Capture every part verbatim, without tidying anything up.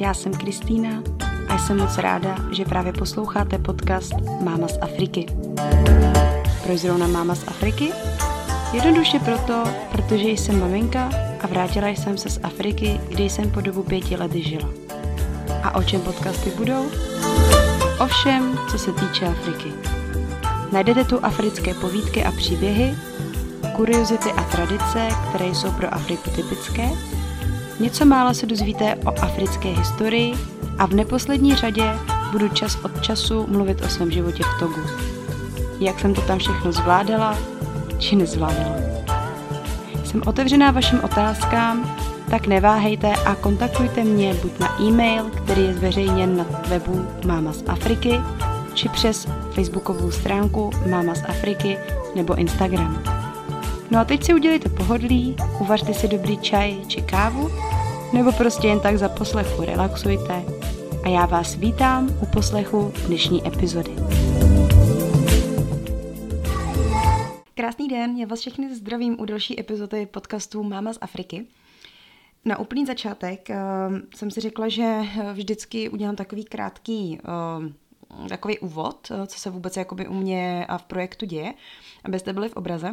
Já jsem Kristýna a jsem moc ráda, že právě posloucháte podcast Máma z Afriky. Proč zrovna Máma z Afriky? Jednoduše proto, protože jsem maminka a vrátila jsem se z Afriky, kde jsem po dobu pěti lety žila. A o čem podcasty budou? O všem, co se týče Afriky. Najdete tu africké povídky a příběhy, kuriozity a tradice, které jsou pro Afriku typické. Něco málo se dozvíte o africké historii a v neposlední řadě budu čas od času mluvit o svém životě v Togu. Jak jsem to tam všechno zvládala, či nezvládala. Jsem otevřená vašim otázkám, tak neváhejte a kontaktujte mě buď na e-mail, který je zveřejněn na webu Máma z Afriky, či přes facebookovou stránku Máma z Afriky nebo Instagram. No a teď si udělejte pohodlí, uvařte si dobrý čaj či kávu, nebo prostě jen tak za poslechu relaxujte a já vás vítám u poslechu dnešní epizody. Krásný den, já vás všechny zdravím u další epizody podcastu Máma z Afriky. Na úplný začátek uh, jsem si řekla, že vždycky udělám takový krátký uh, takový úvod, uh, co se vůbec jakoby u mě a v projektu děje, abyste byli v obraze.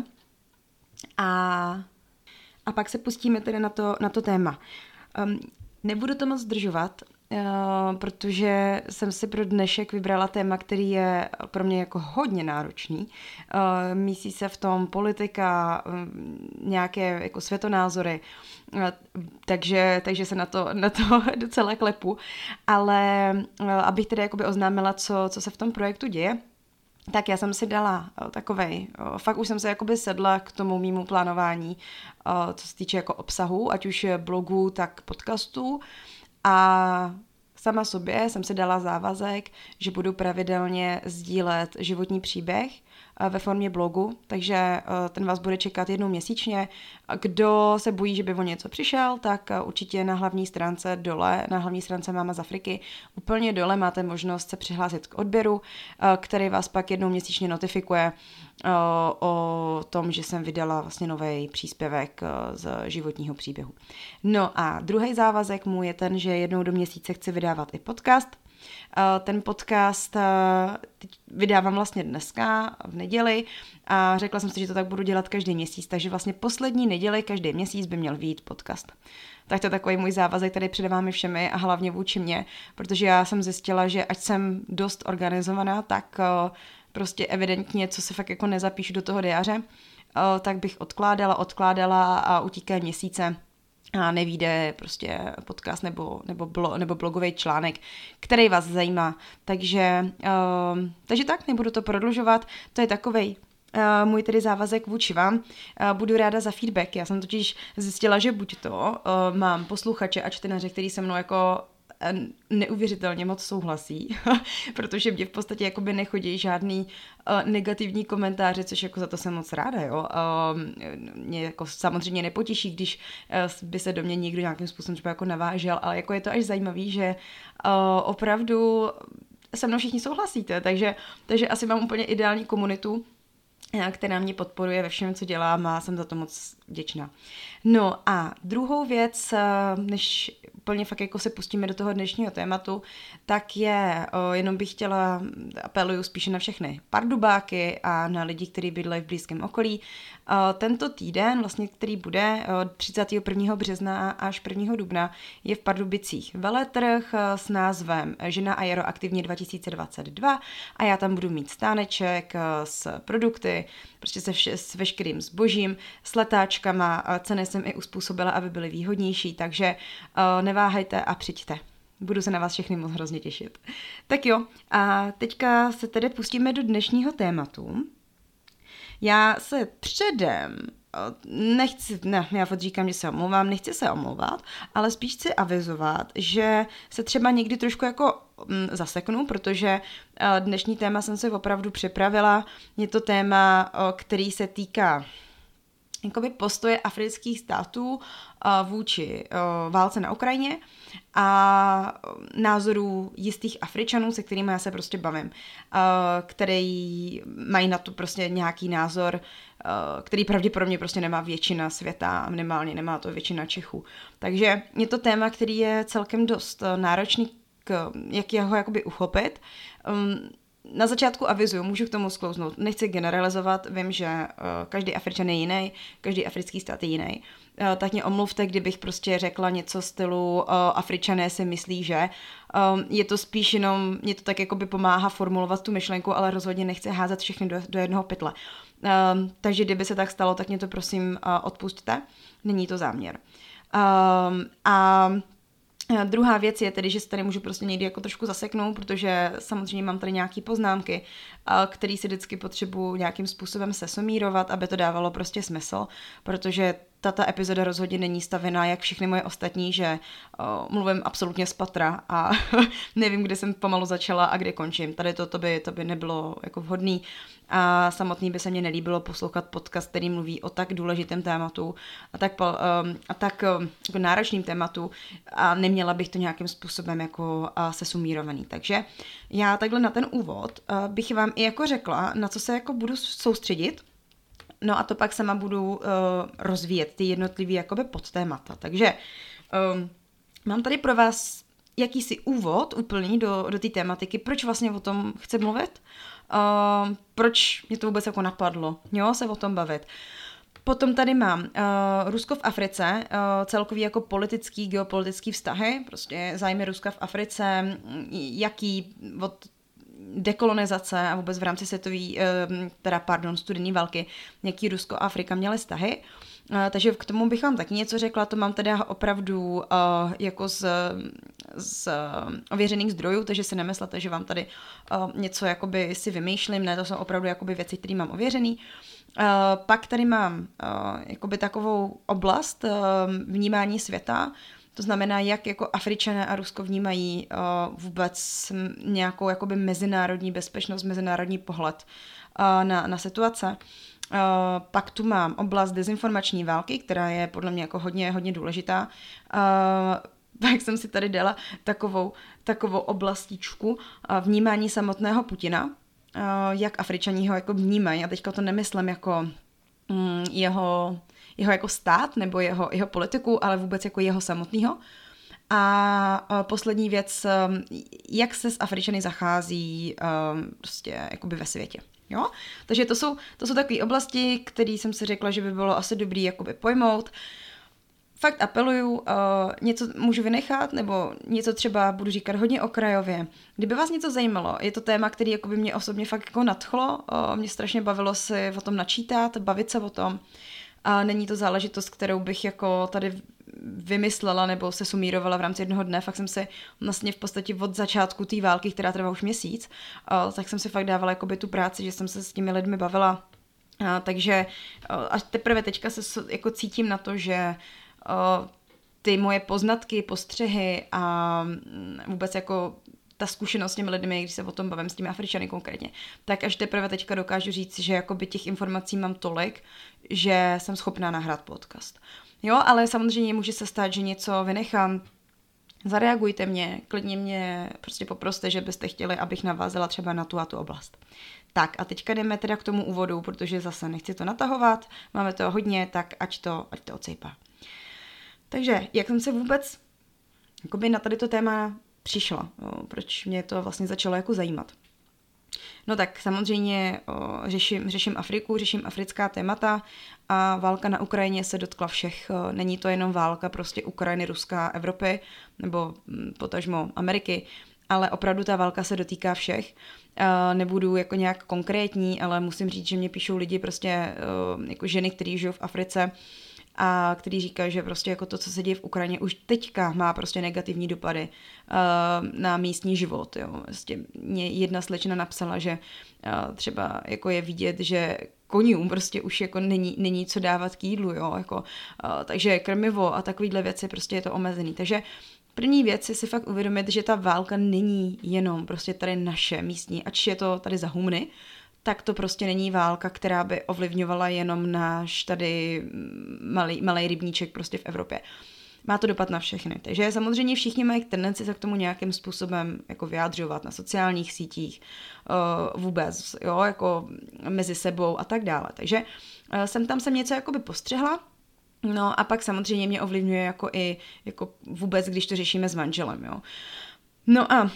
A, a pak se pustíme tedy na to, na to téma. Um, nebudu to moc zdržovat, uh, protože jsem si pro dnešek vybrala téma, který je pro mě jako hodně náročný. Uh, mísí se v tom politika, um, nějaké jako světonázory, uh, takže, takže se na to, na to docela klepu. Ale uh, abych tedy jakoby oznámila, co, co se v tom projektu děje, tak já jsem si dala takovej, fakt už jsem se jakoby sedla k tomu mému plánování, co se týče jako obsahu, ať už blogu, tak podcastů, a sama sobě jsem si dala závazek, že budu pravidelně sdílet životní příběh ve formě blogu, takže ten vás bude čekat jednou měsíčně. Kdo se bojí, že by o něco přišel, tak určitě na hlavní stránce dole, na hlavní stránce Máma z Afriky, úplně dole máte možnost se přihlásit k odběru, který vás pak jednou měsíčně notifikuje o tom, že jsem vydala vlastně nový příspěvek z životního příběhu. No a druhý závazek můj je ten, že jednou do měsíce chci vydávat i podcast. Ten podcast vydávám vlastně dneska v neděli a řekla jsem si, že to tak budu dělat každý měsíc, takže vlastně poslední neděli každý měsíc by měl vyjít podcast. Tak to je takový můj závazek, který předávám všemi a hlavně vůči mně, protože já jsem zjistila, že ať jsem dost organizovaná, tak prostě evidentně, co se fakt jako nezapíšu do toho diáře, tak bych odkládala, odkládala a utíkají měsíce a nevyjde prostě podcast nebo, nebo, blo, nebo blogový článek, který vás zajímá. Takže, uh, takže tak, nebudu to prodlužovat. To je takovej uh, můj tedy závazek vůči vám. Uh, budu ráda za feedback. Já jsem totiž zjistila, že buď to uh, mám posluchače a čtenáře, který se mnou jako neuvěřitelně moc souhlasí, protože mě v podstatě jakoby nechodí žádný uh, negativní komentáře, což jako za to jsem moc ráda, jo. Uh, mě jako samozřejmě nepotěší, když uh, by se do mě někdo nějakým způsobem třeba jako navážel, ale jako je to až zajímavý, že uh, opravdu se mnou všichni souhlasíte, takže, takže asi mám úplně ideální komunitu, která mě podporuje ve všem, co dělám, a jsem za to moc vděčná. No a druhou věc, než úplně fakt jako se pustíme do toho dnešního tématu, tak je, jenom bych chtěla, apeluju spíše na všechny pardubáky a na lidi, kteří bydlejí v blízkém okolí. Tento týden, vlastně, který bude třicátého prvního března až prvního dubna, je v Pardubicích veletrh s názvem Žena aeroaktivně dva tisíce dvacet dva a já tam budu mít stáneček s produkty, prostě se vše, s veškerým zbožím, s letáčkama, ceny jsem i uspůsobila, aby byly výhodnější, takže uh, neváhejte a přijďte. Budu se na vás všechny moc hrozně těšit. Tak jo, a teďka se tedy pustíme do dnešního tématu. Já se předem nechci, ne, já fakt říkám, že se omlouvám, nechci se omlouvat, ale spíš chci avizovat, že se třeba někdy trošku jako mm, zaseknu, protože uh, dnešní téma jsem se opravdu připravila. Je to téma, uh, který se týká jakoby postoje afrických států uh, vůči uh, válce na Ukrajině a názorů jistých Afričanů, se kterými já se prostě bavím, uh, který mají na to prostě nějaký názor, uh, který pravděpodobně prostě nemá většina světa, minimálně nemá to většina Čechů. Takže je to téma, který je celkem dost uh, náročný, k, jak jeho jakoby uchopit. Um, Na začátku avizuju, můžu k tomu sklouznout. Nechci generalizovat, vím, že uh, každý Afričan je jiný, každý africký stát je jiný. Uh, tak mě omluvte, kdybych prostě řekla něco stylu uh, Afričané si myslí, že. Um, je to spíš jenom, mě to tak jakoby pomáhá formulovat tu myšlenku, ale rozhodně nechci házet všechny do, do jednoho pytle. Um, takže kdyby se tak stalo, tak mě to prosím uh, odpusťte. Není to záměr. Um, a A druhá věc je tedy, že se tady můžu prostě někdy jako trošku zaseknout, protože samozřejmě mám tady nějaké poznámky, které si vždycky potřebuji nějakým způsobem sesumírovat, aby to dávalo prostě smysl, protože tato epizoda rozhodně není stavěná jak všechny moje ostatní, že o, mluvím absolutně z patra a nevím, kde jsem pomalu začala a kde končím. Tady to, to, by, to by nebylo jako vhodný a samotný by se mně nelíbilo poslouchat podcast, který mluví o tak důležitém tématu a tak, um, a tak um, jako náročným tématu a neměla bych to nějakým způsobem jako uh, sesumírovaný. Takže já takhle na ten úvod uh, bych vám i jako řekla, na co se jako budu soustředit. No a to pak sama budu uh, rozvíjet ty jednotlivý jakoby podtémata. Takže um, mám tady pro vás jakýsi úvod úplný do, do té tématiky, proč vlastně o tom chci mluvit, uh, proč mě to vůbec jako napadlo, jo, se o tom bavit. Potom tady mám uh, Rusko v Africe, uh, celkový jako politický, geopolitický vztahy, prostě zájmy Ruska v Africe, jaký od dekolonizace a vůbec v rámci světový, teda pardon, studené války, jaký Rusko a Afrika měly vztahy. Takže k tomu bych vám taky něco řekla, to mám teda opravdu jako z, z ověřených zdrojů, takže si nemyslete, že vám tady něco jakoby si vymýšlím, ne, to jsou opravdu jakoby věci, které mám ověřený. Pak tady mám jakoby takovou oblast vnímání světa, to znamená, jak jako Afričané a Rusko vnímají uh, vůbec nějakou jakoby mezinárodní bezpečnost, mezinárodní pohled uh, na, na situace. Uh, pak tu mám oblast dezinformační války, která je podle mě jako hodně, hodně důležitá. Uh, pak jsem si tady dala takovou, takovou oblastičku uh, vnímání samotného Putina, uh, jak Afričani ho jako vnímají. A teďka to nemyslím jako um, jeho... jeho jako stát nebo jeho, jeho politiku, ale vůbec jako jeho samotného. A poslední věc, jak se s Afričany zachází um, prostě jakoby ve světě. Jo? Takže to jsou, to jsou takové oblasti, které jsem si řekla, že by bylo asi dobrý jakoby pojmout. Fakt apeluju, uh, něco můžu vynechat, nebo něco třeba budu říkat hodně okrajově. Kdyby vás něco zajímalo, je to téma, který jakoby mě osobně fakt jako nadchlo, uh, mě strašně bavilo si o tom načítat, bavit se o tom. A není to záležitost, kterou bych jako tady vymyslela nebo se sumírovala v rámci jednoho dne. Fakt jsem si vlastně v podstatě od začátku té války, která trvá už měsíc, tak jsem si fakt dávala jakoby tu práci, že jsem se s těmi lidmi bavila. A, takže až teprve teďka se jako cítím na to, že ty moje poznatky, postřehy a vůbec jako ta zkušenost s těmi lidmi, když se o tom bavím s těmi Afričany konkrétně, tak až teprve teďka dokážu říct, že jakoby těch informací mám tolik, že jsem schopná nahrát podcast. Jo, ale samozřejmě může se stát, že něco vynechám. Zareagujte mě, klidně mě prostě poproste, že byste chtěli, abych navázela třeba na tu a tu oblast. Tak a teďka jdeme teda k tomu úvodu, protože zase nechci to natahovat, máme toho hodně, tak ať to, ať to ocejpá. Takže, jak jsem se vůbec jakoby na tady to téma přišla, o, proč mě to vlastně začalo jako zajímat. No tak samozřejmě o, řeším, řeším Afriku, řeším africká témata a válka na Ukrajině se dotkla všech. O, není to jenom válka prostě Ukrajiny, Ruska, Evropy nebo m, potažmo Ameriky, ale opravdu ta válka se dotýká všech. O, nebudu jako nějak konkrétní, ale musím říct, že mě píšou lidi prostě o, jako ženy, kteří žijou v Africe, a který říká, že prostě jako to, co se děje v Ukrajině, už teďka má prostě negativní dopady uh, na místní život. Jo. Prostě mě jedna slečna napsala, že uh, třeba jako je vidět, že koňům prostě už jako není, není co dávat k jídlu, jo. Jako, uh, takže krmivo a takovýhle věci prostě je to omezený. Takže první věc je si fakt uvědomit, že ta válka není jenom prostě tady naše místní, ač je to tady za humny, tak to prostě není válka, která by ovlivňovala jenom náš tady malý, malý rybníček prostě v Evropě. Má to dopad na všechny. Takže samozřejmě všichni mají tendenci se k tomu nějakým způsobem jako vyjádřovat na sociálních sítích, uh, vůbec, jo, jako mezi sebou a tak dále. Takže uh, jsem tam jsem něco jakoby postřehla. No a pak samozřejmě mě ovlivňuje jako i jako vůbec, když to řešíme s manželem, jo. No a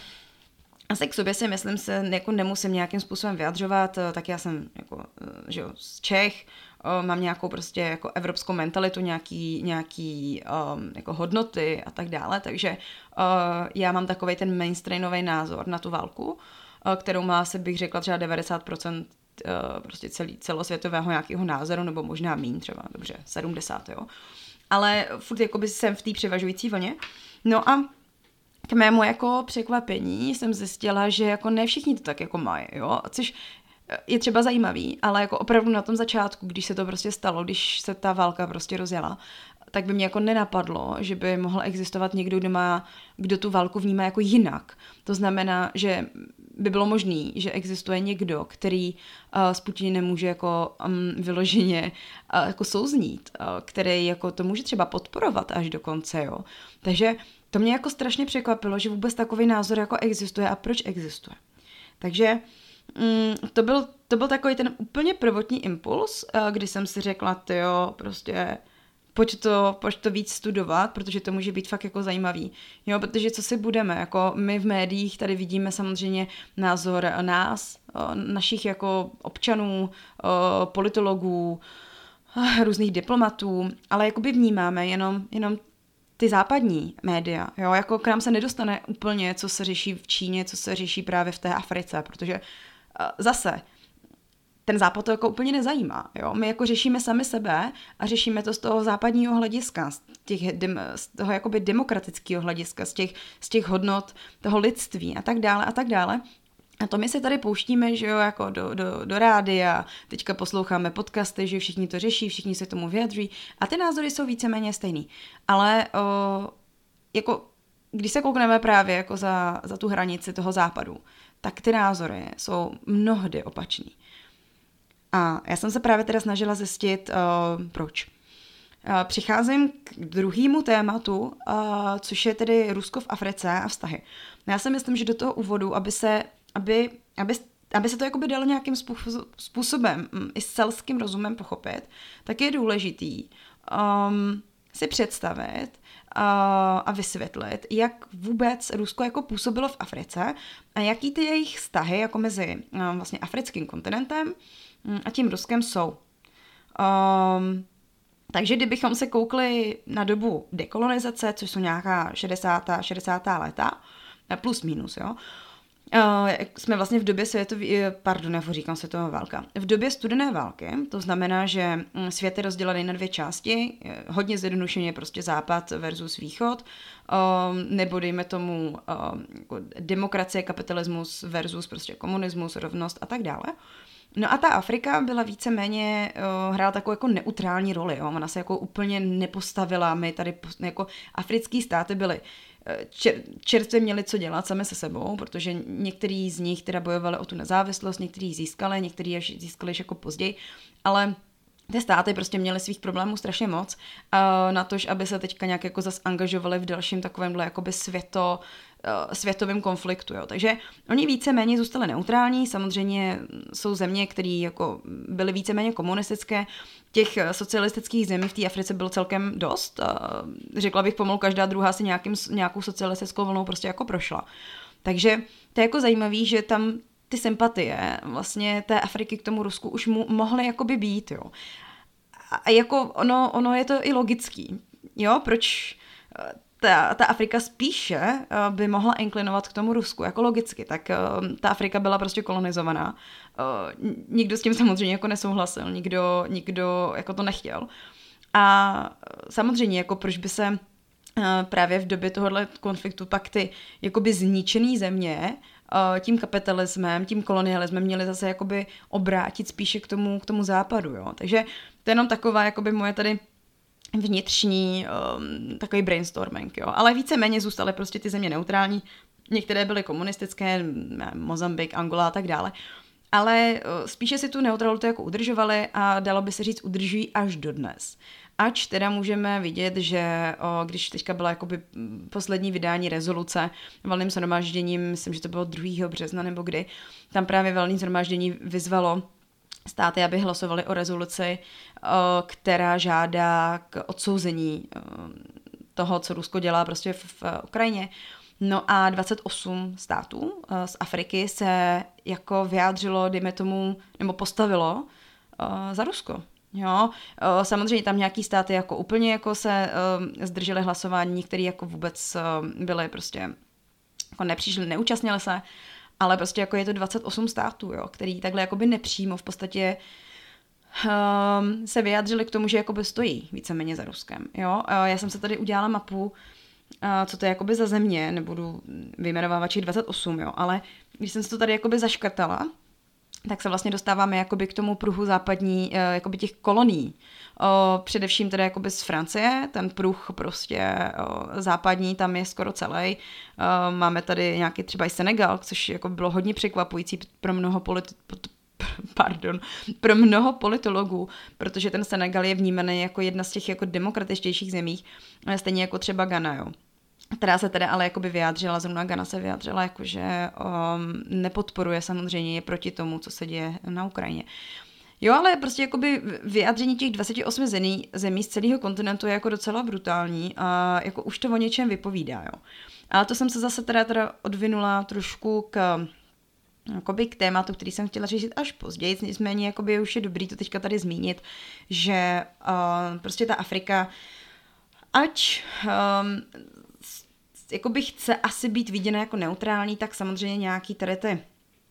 asi k sobě si myslím, se jako nemusím nějakým způsobem vyjadřovat, tak já jsem jako, že jo, z Čech, mám nějakou prostě jako evropskou mentalitu, nějaký, nějaký um, jako hodnoty a tak dále, takže uh, já mám takovej ten mainstreamový názor na tu válku, uh, kterou má se bych řekla třeba devadesát procent uh, prostě celý, celosvětového nějakého názoru, nebo možná míň třeba, dobře, sedmdesát, jo. Ale furt jakoby jsem v té převažující vlně. No a k mému jako překvapení jsem zjistila, že jako ne všichni to tak jako mají, jo, což je třeba zajímavý, ale jako opravdu na tom začátku, když se to prostě stalo, když se ta válka prostě rozjela, tak by mě jako nenapadlo, že by mohl existovat někdo, kdo má, kdo tu válku vnímá jako jinak. To znamená, že by bylo možný, že existuje někdo, který uh, s Putinem může jako um, vyloženě uh, jako souznít, uh, který jako to může třeba podporovat až do konce, jo. Takže to mě jako strašně překvapilo, že vůbec takový názor jako existuje a proč existuje. Takže mm, to, byl, to byl takový ten úplně prvotní impuls, kdy jsem si řekla, tyjo, prostě pojď to, pojď to víc studovat, protože to může být fakt jako zajímavý. Jo, protože co si budeme, jako my v médiích tady vidíme samozřejmě názor nás, našich jako občanů, politologů, různých diplomatů, ale jakoby vnímáme jenom, jenom ty západní média, jo, jako k nám se nedostane úplně, co se řeší v Číně, co se řeší právě v té Africe, protože uh, zase ten západ to jako úplně nezajímá, jo, my jako řešíme sami sebe a řešíme to z toho západního hlediska, z, těch, dem, z toho jakoby demokratického hlediska, z těch, z těch hodnot toho lidství a tak dále a tak dále. A to my se tady pouštíme, že jo, jako do, do, do rádia, teďka posloucháme podcasty, že všichni to řeší, všichni se tomu vyjadřují a ty názory jsou víceméně stejný. Ale o, jako, když se koukneme právě jako za, za tu hranici toho západu, tak ty názory jsou mnohdy opačný. A já jsem se právě teda snažila zjistit, o, proč. O, přicházím k druhému tématu, o, což je tedy Rusko v Africe a vztahy. Já si myslím, že do toho úvodu, aby se Aby, aby, aby se to jakoby dalo nějakým způsobem i s selským rozumem pochopit, tak je důležitý um, si představit uh, a vysvětlit, jak vůbec Rusko jako působilo v Africe a jaký ty jejich vztahy jako mezi uh, vlastně africkým kontinentem um, a tím Ruskem jsou. Um, takže kdybychom se koukli na dobu dekolonizace, což jsou nějaká šedesátá šedesátá léta, plus minus, jo, Uh, jsme vlastně v době světové, pardon, já říkám světová válka, v době studené války, to znamená, že svět je rozdělený na dvě části, hodně zjednodušeně prostě západ versus východ, uh, nebo dejme tomu uh, demokracie, kapitalismus versus prostě komunismus, rovnost a tak dále. No a ta Afrika byla víceméně, uh, hrála takovou jako neutrální roli, jo? Ona se jako úplně nepostavila, my tady jako africký státy byly čer, čerstvě měli co dělat sami se sebou, protože některý z nich teda bojovali o tu nezávislost, některý získali, některý až získali jako později, ale ty státy prostě měly svých problémů strašně moc uh, na to, aby se teďka nějak jako zas angažovali v dalším takovémhle jakoby světo, uh, světovém konfliktu. Jo. Takže oni víceméně zůstali neutrální, samozřejmě jsou země, které jako byly víceméně komunistické, těch socialistických zemí v té Africe bylo celkem dost. Uh, řekla bych pomalu, každá druhá si nějakým, nějakou socialistickou vlnou prostě jako prošla. Takže to je jako zajímavý, že tam ty sympatie vlastně té Afriky k tomu Rusku už mu mohly jakoby být, jo. A jako ono, ono je to i logický, jo, proč ta, ta Afrika spíše by mohla inklinovat k tomu Rusku, jako logicky, tak ta Afrika byla prostě kolonizovaná. Nikdo s tím samozřejmě jako nesouhlasil, nikdo, nikdo jako to nechtěl. A samozřejmě, jako proč by se právě v době tohohle konfliktu pak ty jakoby zničený země tím kapitalismem, tím kolonialismem měli zase jakoby obrátit spíše k tomu, k tomu západu, jo. Takže to je jenom taková jakoby moje tady vnitřní um, takový brainstorming, jo. Ale víceméně zůstaly prostě ty země neutrální, některé byly komunistické, Mozambik, Angola a tak dále. ale spíše si tu neutralitu jako udržovali a dalo by se říct udržují až dodnes. Ač teda můžeme vidět, že o, když teďka byla jakoby poslední vydání rezoluce valným shromážděním, myslím, že to bylo druhého března nebo kdy, tam právě valné shromáždění vyzvalo státy, aby hlasovali o rezoluci, o, která žádá k odsouzení o, toho, co Rusko dělá prostě v, v Ukrajině. No a dvacet osm států z Afriky se jako vyjádřilo, dejme tomu, nebo postavilo uh, za Rusko. Jo, uh, samozřejmě tam nějaký státy jako úplně jako se uh, zdržely hlasování, některý jako vůbec uh, byly prostě jako nepřišli, neúčastnili se, ale prostě jako je to dvacet osm států, jo, který takhle jakoby nepřímo v podstatě um, se vyjádřili k tomu, že jakoby stojí víceméně za Ruskem. Jo, uh, já jsem se tady udělala mapu, Uh, co to je jakoby za země, nebudu vyjmenovávat těch dvacet osm, jo, ale když jsem se to tady jakoby zaškrtala, tak se vlastně dostáváme jakoby k tomu pruhu západní, uh, jakoby těch kolonií. Uh, především teda jakoby z Francie, ten pruh prostě uh, západní, tam je skoro celý. Uh, máme tady nějaký třeba i Senegal, což jako bylo hodně překvapující pro mnoho politi- Pardon, pro mnoho politologů, protože ten Senegal je vnímaný jako jedna z těch jako demokratičtějších zemí, stejně jako třeba Ghana, jo. Která se teda ale jakoby vyjádřila, zrovna Ghana se vyjádřila, jakože um, nepodporuje samozřejmě, je proti tomu, co se děje na Ukrajině. Jo, ale prostě jakoby vyjádření těch dvacet osm zemí, zemí z celého kontinentu je jako docela brutální a jako už to o něčem vypovídá, jo. Ale to jsem se zase teda, teda odvinula trošku k jakoby k tématu, který jsem chtěla řešit až později, nicméně jakoby už je dobrý to teďka tady zmínit, že uh, prostě ta Afrika, ač um, jakoby chce asi být viděna jako neutrální, tak samozřejmě nějaký tady ty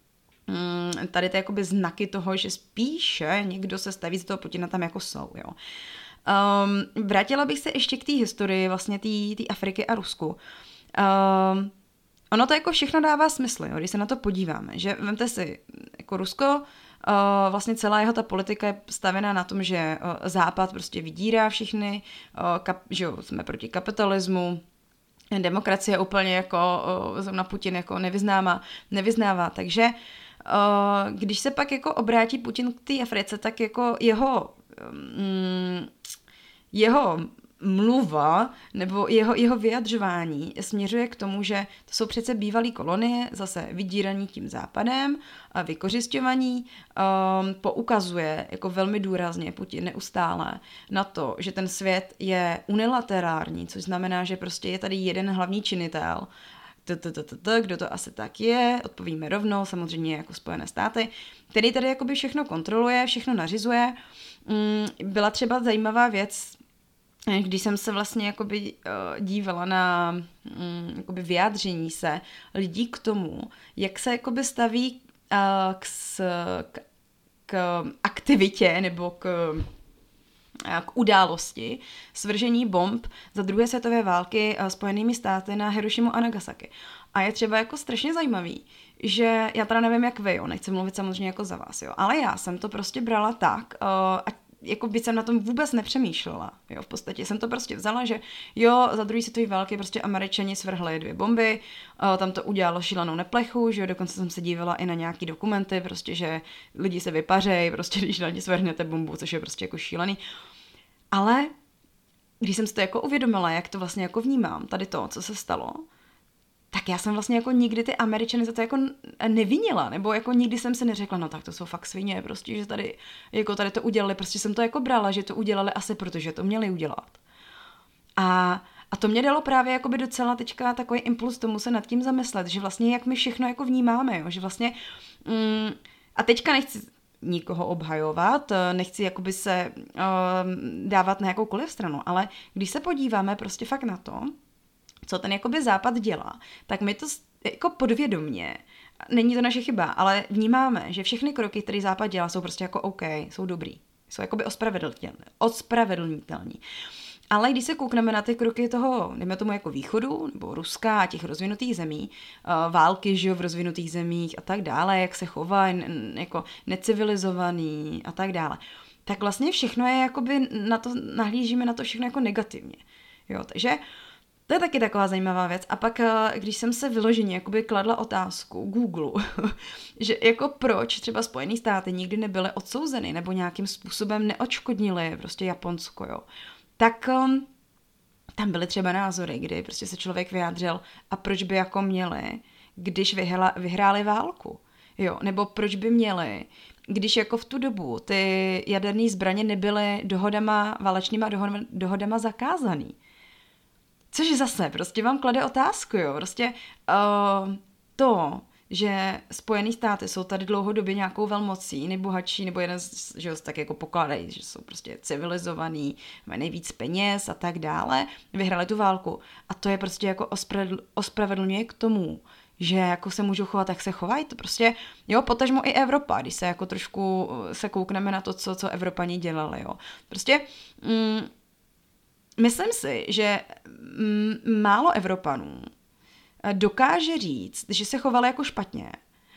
um, tady ty jakoby znaky toho, že spíše někdo se staví z toho Putina tam jako jsou, jo. Um, vrátila bych se ještě k té historii vlastně té Afriky a Rusku. Um, Ono to jako všechno dává smysl, jo, když se na to podíváme, že vemte si, jako Rusko, uh, vlastně celá jeho ta politika je stavěná na tom, že uh, Západ prostě vydírá všechny, uh, kap, že jo, jsme proti kapitalismu, demokracie úplně jako uh, zrovna Putin jako nevyznává, nevyznává, takže uh, když se pak jako obrátí Putin k té Africe, tak jako jeho um, jeho mluva nebo jeho, jeho vyjadřování směřuje k tomu, že to jsou přece bývalé kolonie, zase vydíraní tím západem a vykořisťovaní, um, poukazuje jako velmi důrazně Putin neustále na to, že ten svět je unilaterální, což znamená, že prostě je tady jeden hlavní činitel, kdo to asi tak je, odpovíme rovnou, samozřejmě jako Spojené státy, který tady jakoby všechno kontroluje, všechno nařizuje. Byla třeba zajímavá věc, když jsem se vlastně jakoby dívala na jakoby vyjádření se lidí k tomu, jak se jakoby staví k, k, k aktivitě nebo k, k události svržení bomb za druhé světové války Spojenými státy na Hirošimu a Nagasaki. A je třeba jako strašně zajímavý, že já teda nevím jak vy, jo, nechci mluvit samozřejmě jako za vás, jo, ale já jsem to prostě brala tak, ať jako by jsem na tom vůbec nepřemýšlela. Jo, v podstatě jsem to prostě vzala, že jo, za druhý světové války prostě Američani svrhli dvě bomby, tam to udělalo šílenou neplechu, že jo, dokonce jsem se dívala i na nějaký dokumenty, prostě, že lidi se vypařejí, prostě když na ně svrhnete bombu, což je prostě jako šílený. Ale když jsem si to jako uvědomila, jak to vlastně jako vnímám, tady to, co se stalo, tak já jsem vlastně jako nikdy ty Američany za to jako nevinila, nebo jako nikdy jsem se neřekla, no tak to jsou fakt svině, prostě, že tady, jako tady to udělali, prostě jsem to jako brala, že to udělali asi protože to měli udělat. A, a to mě dalo právě jakoby docela teďka takový impuls tomu se nad tím zamyslet, že vlastně jak my všechno jako vnímáme, jo, že vlastně, mm, a teďka nechci nikoho obhajovat, nechci jakoby se uh, dávat na jakoukoliv stranu, ale když se podíváme prostě fakt na to, co ten jakoby západ dělá, tak my to jako podvědomě, není to naše chyba, ale vnímáme, že všechny kroky, které západ dělá, jsou prostě jako OK, jsou dobrý, jsou jakoby ospravedlnitelní. Ale když se koukneme na ty kroky toho, dejme tomu jako východu, nebo Ruska a těch rozvinutých zemí, války, že jo, v rozvinutých zemích a tak dále, jak se chová, jako necivilizovaný a tak dále, tak vlastně všechno je jakoby na to, nahlížíme na to všechno jako negativně. Jo, takže To je taky taková zajímavá věc. A pak, když jsem se vyloženě jakoby kladla otázku Google, že jako proč třeba Spojené státy nikdy nebyly odsouzeny nebo nějakým způsobem neodškodnili prostě Japonsko, jo, tak um, tam byly třeba názory, kdy prostě se člověk vyjádřil a proč by jako měli, když vyhla, vyhráli válku, jo, nebo proč by měli, když jako v tu dobu ty jaderné zbraně nebyly dohodama, válečnýma dohodama, dohodama zakázaný. Což zase prostě vám klade otázku, jo. Prostě uh, to, že Spojené státy jsou tady dlouhodobě nějakou velmocí, nejbohatší, nebo jeden z, že tak jako pokládají, že jsou prostě civilizovaný, mají nejvíc peněz a tak dále, vyhrali tu válku. A to je prostě jako ospravedl, ospravedlňuje k tomu, že jako se můžou chovat, jak se chovají. To prostě, jo, potažmo i Evropa, když se jako trošku se koukneme na to, co, co Evropani dělali, jo. Prostě... Mm, Myslím si, že málo Evropanů dokáže říct, že se chovali jako špatně.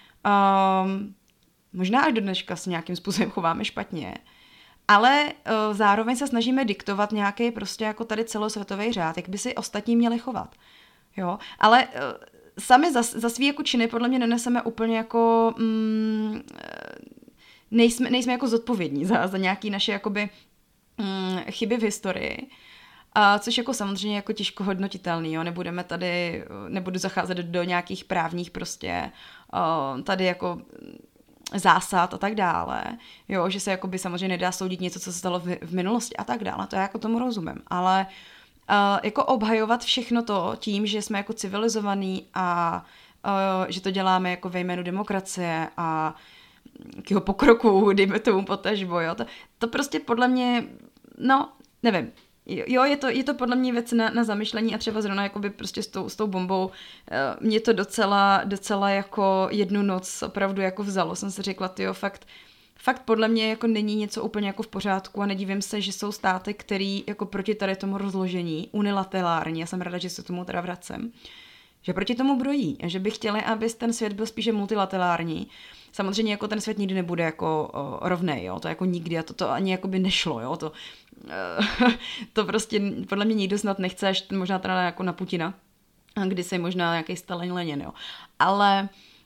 Um, možná až do dneška se nějakým způsobem chováme špatně, ale uh, zároveň se snažíme diktovat nějaký prostě jako tady celosvětový řád, jak by si ostatní měli chovat. Jo? Ale uh, sami za, za svý jako činy podle mě neneseme úplně jako... Mm, nejsme, nejsme jako zodpovědní za, za nějaký naše jakoby mm, chyby v historii. A což jako samozřejmě jako těžko hodnotitelný, jo, nebudeme tady, nebudu zacházet do, do nějakých právních prostě uh, tady jako zásad a tak dále, jo, že se jakoby samozřejmě nedá soudit něco, co se stalo v, v minulosti a tak dále, to já jako tomu rozumím, ale uh, jako obhajovat všechno to tím, že jsme jako civilizovaný a uh, že to děláme jako ve jménu demokracie a k jeho pokroku, dejme tomu potažbo, jo, to, to prostě podle mě, no, nevím, Jo, je to, je to podle mě věc na, na zamyšlení a třeba zrovna jakoby prostě s tou, s tou bombou mě to docela, docela jako jednu noc opravdu jako vzalo. Jsem si řekla, tyjo, fakt, fakt podle mě jako není něco úplně jako v pořádku a nedívím se, že jsou státy, který jako proti tady tomu rozložení unilaterální, já jsem ráda, že se tomu teda vracím, že proti tomu brojí a že by chtěli, aby ten svět byl spíše multilaterální. Samozřejmě jako ten svět nikdy nebude jako uh, rovnej, jo, to jako nikdy a to, to ani jako by nešlo, jo, to, uh, to prostě podle mě nikdo snad nechce, až možná teda jako na Putina, kdy se možná nějaký Stalin Lenin, jo, ale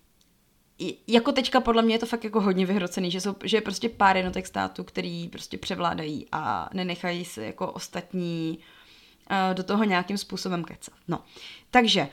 jako teďka podle mě je to fakt jako hodně vyhrocený, že, jsou, že je prostě pár jednotek států, který prostě převládají a nenechají se jako ostatní uh, do toho nějakým způsobem kecat. No, takže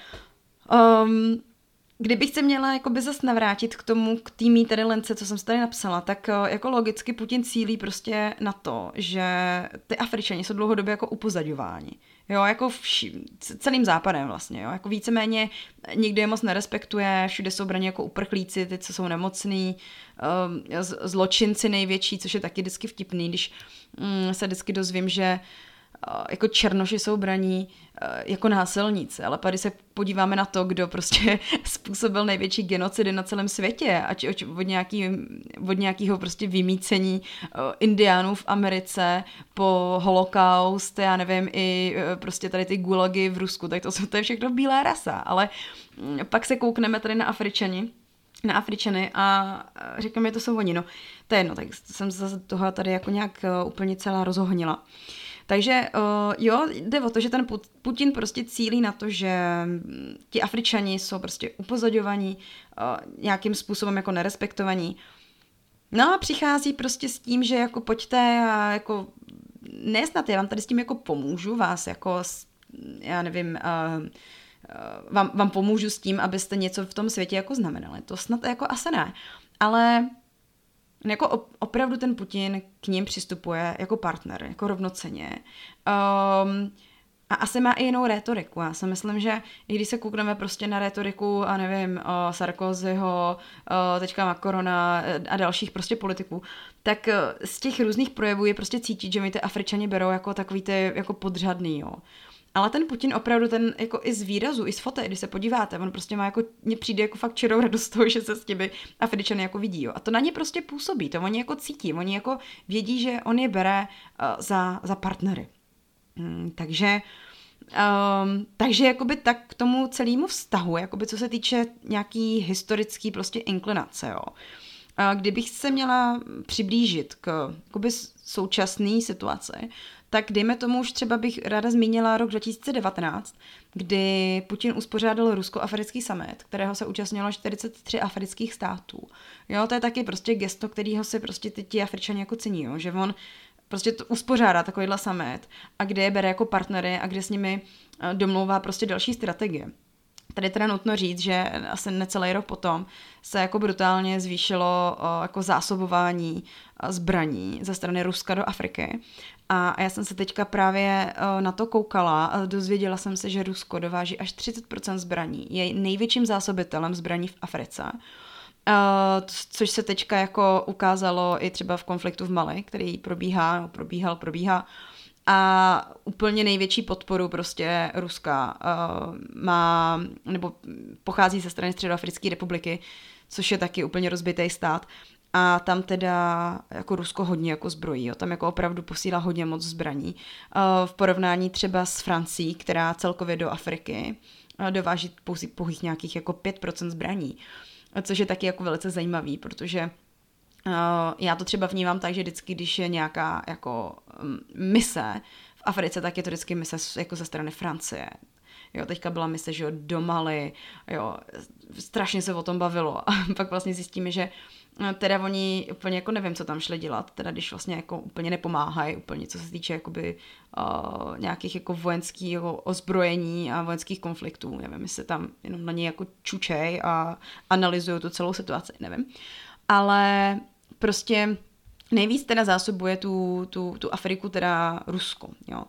um, kdybych se měla jakoby zas navrátit k tomu, k té mý tady lence, co jsem si tady napsala, tak jako logicky Putin cílí prostě na to, že ty Afričani jsou dlouhodobě jako upozaďováni. Jo, jako vši, celým západem vlastně, jo, jako víceméně nikdo je moc nerespektuje, všude jsou braní jako uprchlíci, ty, co jsou nemocný, um, zločinci největší, což je taky vždycky vtipný, když um, se vždycky dozvím, že jako černoši jsou braní jako násilníci, ale když se podíváme na to, kdo prostě způsobil největší genocidy na celém světě, ať od, nějaký, od nějakého prostě vymícení indiánů v Americe po holokaust, já nevím, i prostě tady ty gulagy v Rusku, tak to, to je všechno bílá rasa, ale pak se koukneme tady na Afričani, na Afričany a říkáme, to jsou oni, no to je jedno, tak jsem se toho tady jako nějak úplně celá rozohnila. Takže uh, jo, jde o to, že ten Putin prostě cílí na to, že ti Afričani jsou prostě upozaďovaní, uh, nějakým způsobem jako nerespektovaní. No a přichází prostě s tím, že jako pojďte a jako ne snad, já vám tady s tím jako pomůžu, vás jako, já nevím, uh, uh, vám, vám pomůžu s tím, abyste něco v tom světě jako znamenali. To snad jako asi ne, ale jako opravdu ten Putin k ním přistupuje jako partner, jako rovnocenně. Um, a asi má i jinou rétoriku. Já si myslím, že i když se koukneme prostě na rétoriku, a nevím, o Sarkozyho, o teďka Macrona a dalších prostě politiků, tak z těch různých projevů je prostě cítit, že mi ty Afričani berou jako takový ty jako podřadný, jo. Ale ten Putin opravdu ten jako i z výrazu, i z fotek, když se podíváte, on prostě má jako, mně přijde jako fakt čirou radost z toho, že se s těmi Afričany jako vidí, jo. A to na ně prostě působí, to oni jako cítí, oni jako vědí, že on je bere uh, za, za partnery. Hmm, takže um, takže jakoby tak k tomu celému vztahu, jakoby co se týče nějaký historický prostě inklinace, jo. Uh, kdybych se měla přiblížit k jakoby současné situaci, tak dejme tomu už třeba bych ráda zmínila rok dva tisíce devatenáct, kdy Putin uspořádal rusko-africký summit, kterého se účastnilo čtyřicet tři afrických států. Jo, to je taky prostě gesto, kterýho si prostě ty ti Afričani jako cení, jo, že on prostě to uspořádá takovýhle summit a kde je bere jako partnery a kde s nimi domlouvá prostě další strategie. Tady teda nutno říct, že asi necelý rok potom se jako brutálně zvýšilo jako zásobování zbraní ze strany Ruska do Afriky. A já jsem se teďka právě na to koukala a dozvěděla jsem se, že Rusko dováží až třicet procent zbraní. Je největším zásobitelem zbraní v Africe. Uh, což se teďka jako ukázalo i třeba v konfliktu v Mali, který probíhá, no, probíhal, probíhá. A úplně největší podporu prostě Ruska uh, má, nebo pochází ze strany Středoafrické republiky, což je taky úplně rozbitý stát. A tam teda jako Rusko hodně jako zbrojí, jo. Tam jako opravdu posílá hodně moc zbraní. Uh, v porovnání třeba s Francií, která celkově do Afriky uh, dováží pouhých nějakých jako pět procent zbraní. Což je taky jako velice zajímavý, protože uh, já to třeba vnímám tak, že vždycky, když je nějaká jako um, mise v Africe, tak je to vždycky mise jako ze strany Francie. Jo, teďka byla mise, že jo, do Mali, jo, strašně se o tom bavilo a pak vlastně zjistíme, že teda oni úplně jako nevím, co tam šli dělat, teda když vlastně jako úplně nepomáhají, úplně co se týče jakoby uh, nějakých jako vojenských jako ozbrojení a vojenských konfliktů, nevím, jestli tam jenom na ně jako čučej a analyzují tu celou situaci, nevím. Ale prostě nejvíc teda zásobuje tu, tu, tu Afriku teda Rusko, jo.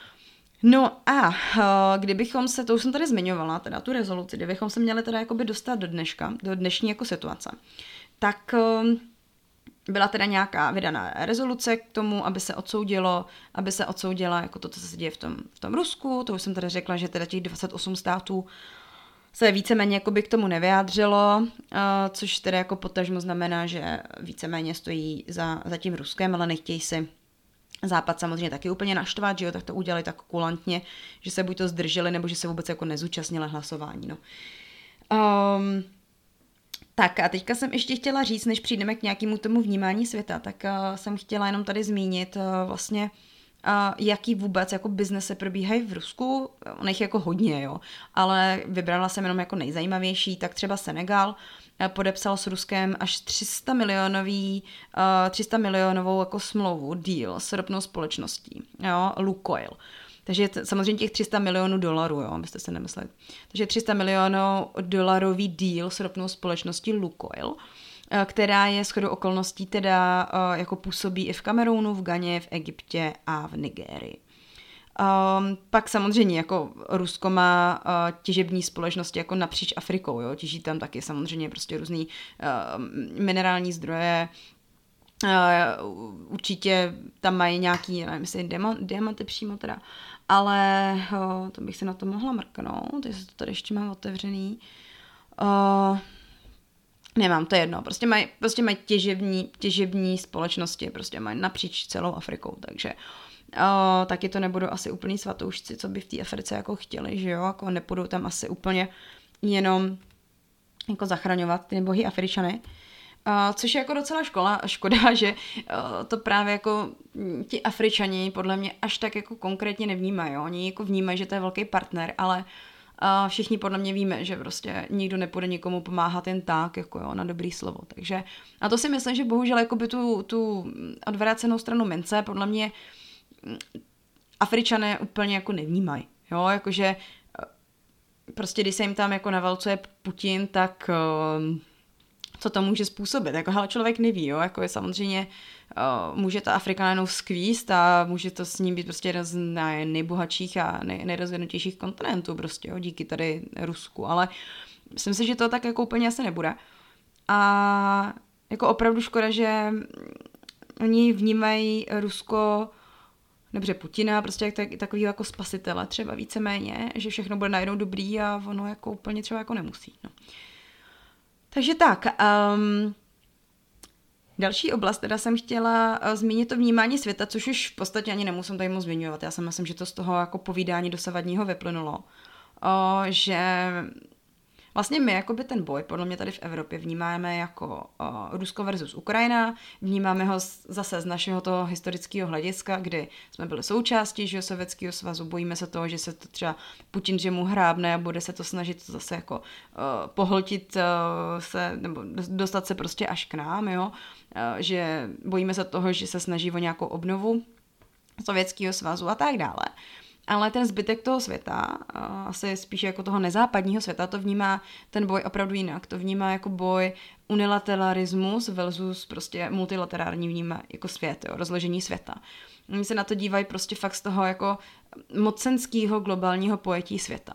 No a uh, kdybychom se, to už jsem tady zmiňovala, teda tu rezoluci, kdybychom se měli teda jakoby dostat do dneška, do dnešní jako situace, tak uh, byla teda nějaká vydaná rezoluce k tomu, aby se odsoudilo, aby se odsoudila jako to, co se děje v tom, v tom Rusku, to už jsem tady řekla, že teda těch dvacet osm států se víceméně jakoby k tomu nevyjádřilo, uh, což teda jako potažmo znamená, že víceméně stojí za, za tím Ruskem, ale nechtějí si Západ samozřejmě taky úplně naštvat, že jo, tak to udělali tak kulantně, že se buď to zdrželi, nebo že se vůbec jako nezúčastnili hlasování, no. Um, tak a teďka jsem ještě chtěla říct, než přijdeme k nějakému tomu vnímání světa, tak uh, jsem chtěla jenom tady zmínit uh, vlastně, uh, jaký vůbec jako biznesy probíhají v Rusku, on jich jako hodně, jo, ale vybrala jsem jenom jako nejzajímavější, tak třeba Senegal podepsal s Ruskem až tři sta milionový, uh, tři sta milionovou jako smlouvu, deal s ropnou společností, jo, Lukoil. Takže t- samozřejmě těch tři sta milionů dolarů, jo, abyste se nemysleli. Takže tři sta milionů dolarový deal s ropnou společností Lukoil, uh, která je shodou okolností teda uh, jako působí i v Kamerunu, v Ghaně, v Egyptě a v Nigérii. Um, pak samozřejmě jako Rusko má uh, těžební společnosti jako napříč Afrikou, jo? Těží tam taky samozřejmě prostě různý uh, minerální zdroje, uh, určitě tam mají nějaký, nevím, jestli diamant, diamanty přímo teda, ale uh, to bych se na to mohla mrknout, jestli to tady ještě mám otevřený. Uh, nemám, to je jedno, prostě mají, prostě mají těžební, těžební společnosti, prostě mají napříč celou Afrikou, takže Uh, taky to nebudou asi úplný svatoušci, co by v té Africe jako chtěli, že jo, jako nepůjdou tam asi úplně jenom jako zachraňovat ty nebohý Afričany, uh, což je jako docela škola, škoda, že uh, to právě jako ti Afričani podle mě až tak jako konkrétně nevnímají, jo? Oni jako vnímají, že to je velký partner, ale uh, všichni podle mě víme, že prostě nikdo nepůjde nikomu pomáhat jen tak, jako jo, na dobrý slovo, takže a to si myslím, že bohužel jako by tu, tu odvrácenou stranu mince podle mě Afričané úplně jako nevnímají, jo, jakože prostě když se jim tam jako navalcuje Putin, tak uh, co to může způsobit, jako hele, člověk neví, jo, jako je samozřejmě uh, může ta Afrika najednou skvíst a může to s ním být prostě jeden z nej, nejbohatších a nej, nejrozvinutějších kontinentů prostě, jo, díky tady Rusku, ale myslím si, že to tak jako úplně asi nebude a jako opravdu škoda, že oni vnímají Rusko dobře Putina, prostě jak tak, takový jako spasitele třeba víceméně, že všechno bude najednou dobrý a ono jako úplně třeba jako nemusí. No. Takže tak, um, další oblast, teda jsem chtěla uh, zmínit to vnímání světa, což už v podstatě ani nemusím tady moc zmiňovat. Já si myslím, že to z toho jako povídání dosavadního vyplynulo, uh, že Vlastně my jakoby ten boj, podle mě tady v Evropě vnímáme jako uh, Rusko versus Ukrajina, vnímáme ho z, zase z našeho toho historického hlediska, kdy jsme byli součástí že, Sovětského svazu, bojíme se toho, že se to třeba Putin, že mu hrábne a bude se to snažit zase jako uh, pohltit uh, se, nebo dostat se prostě až k nám, jo, uh, že bojíme se toho, že se snaží o nějakou obnovu Sovětského svazu a tak dále. Ale ten zbytek toho světa, asi spíše jako toho nezápadního světa, to vnímá ten boj opravdu jinak. To vnímá jako boj unilateralismus versus prostě multilaterální vnímá jako svět, jo, rozložení světa. Oni se na to dívají prostě fakt z toho jako mocenského globálního pojetí světa.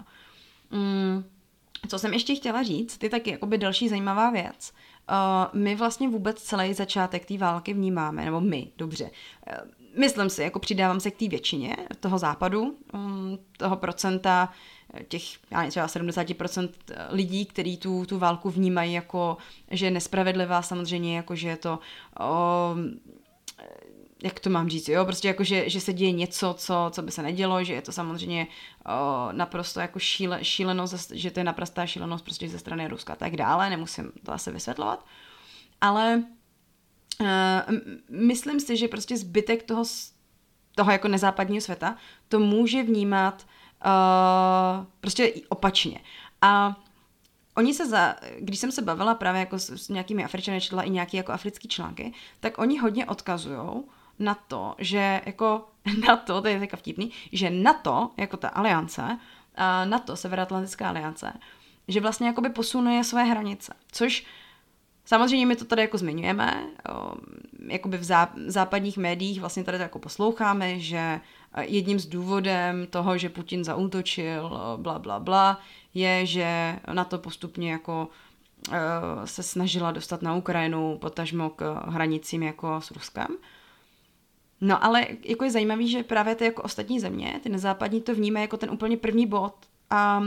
Mm, co jsem ještě chtěla říct, je taky jakoby další zajímavá věc. Uh, my vlastně vůbec celý začátek té války vnímáme, nebo my, dobře. Uh, myslím si, jako přidávám se k té většině toho západu, um, toho procenta, těch, já nevím, třeba sedmdesát procent lidí, kteří tu, tu válku vnímají jako, že je nespravedlivá, samozřejmě, jako, že je to, um, jak to mám říct, jo, prostě jako, že, že se děje něco, co, co by se nedělo, že je to samozřejmě uh, naprosto jako šíle, šílenost, že to je naprostá šílenost prostě ze strany Ruska a tak dále, nemusím to asi vysvětlovat, ale Uh, myslím si, že prostě zbytek toho, toho jako nezápadního světa to může vnímat uh, prostě opačně. A oni se za, když jsem se bavila právě jako s, s nějakými Afričany, četla i nějaké jako africké články, tak oni hodně odkazujou na to, že jako na to, to je taková vtipný, že NATO, jako ta aliance, uh, NATO, Severoatlantická aliance, že vlastně jakoby posunuje své hranice, což samozřejmě my to tady jako zmiňujeme, jakoby v západních médiích vlastně tady to jako posloucháme, že jedním z důvodem toho, že Putin zaútočil, bla, bla, bla, je, že na to postupně jako se snažila dostat na Ukrajinu, potažmo k hranicím jako s Ruskem. No ale jako je zajímavý, že právě ty jako ostatní země, ty nezápadní, to vnímají jako ten úplně první bod a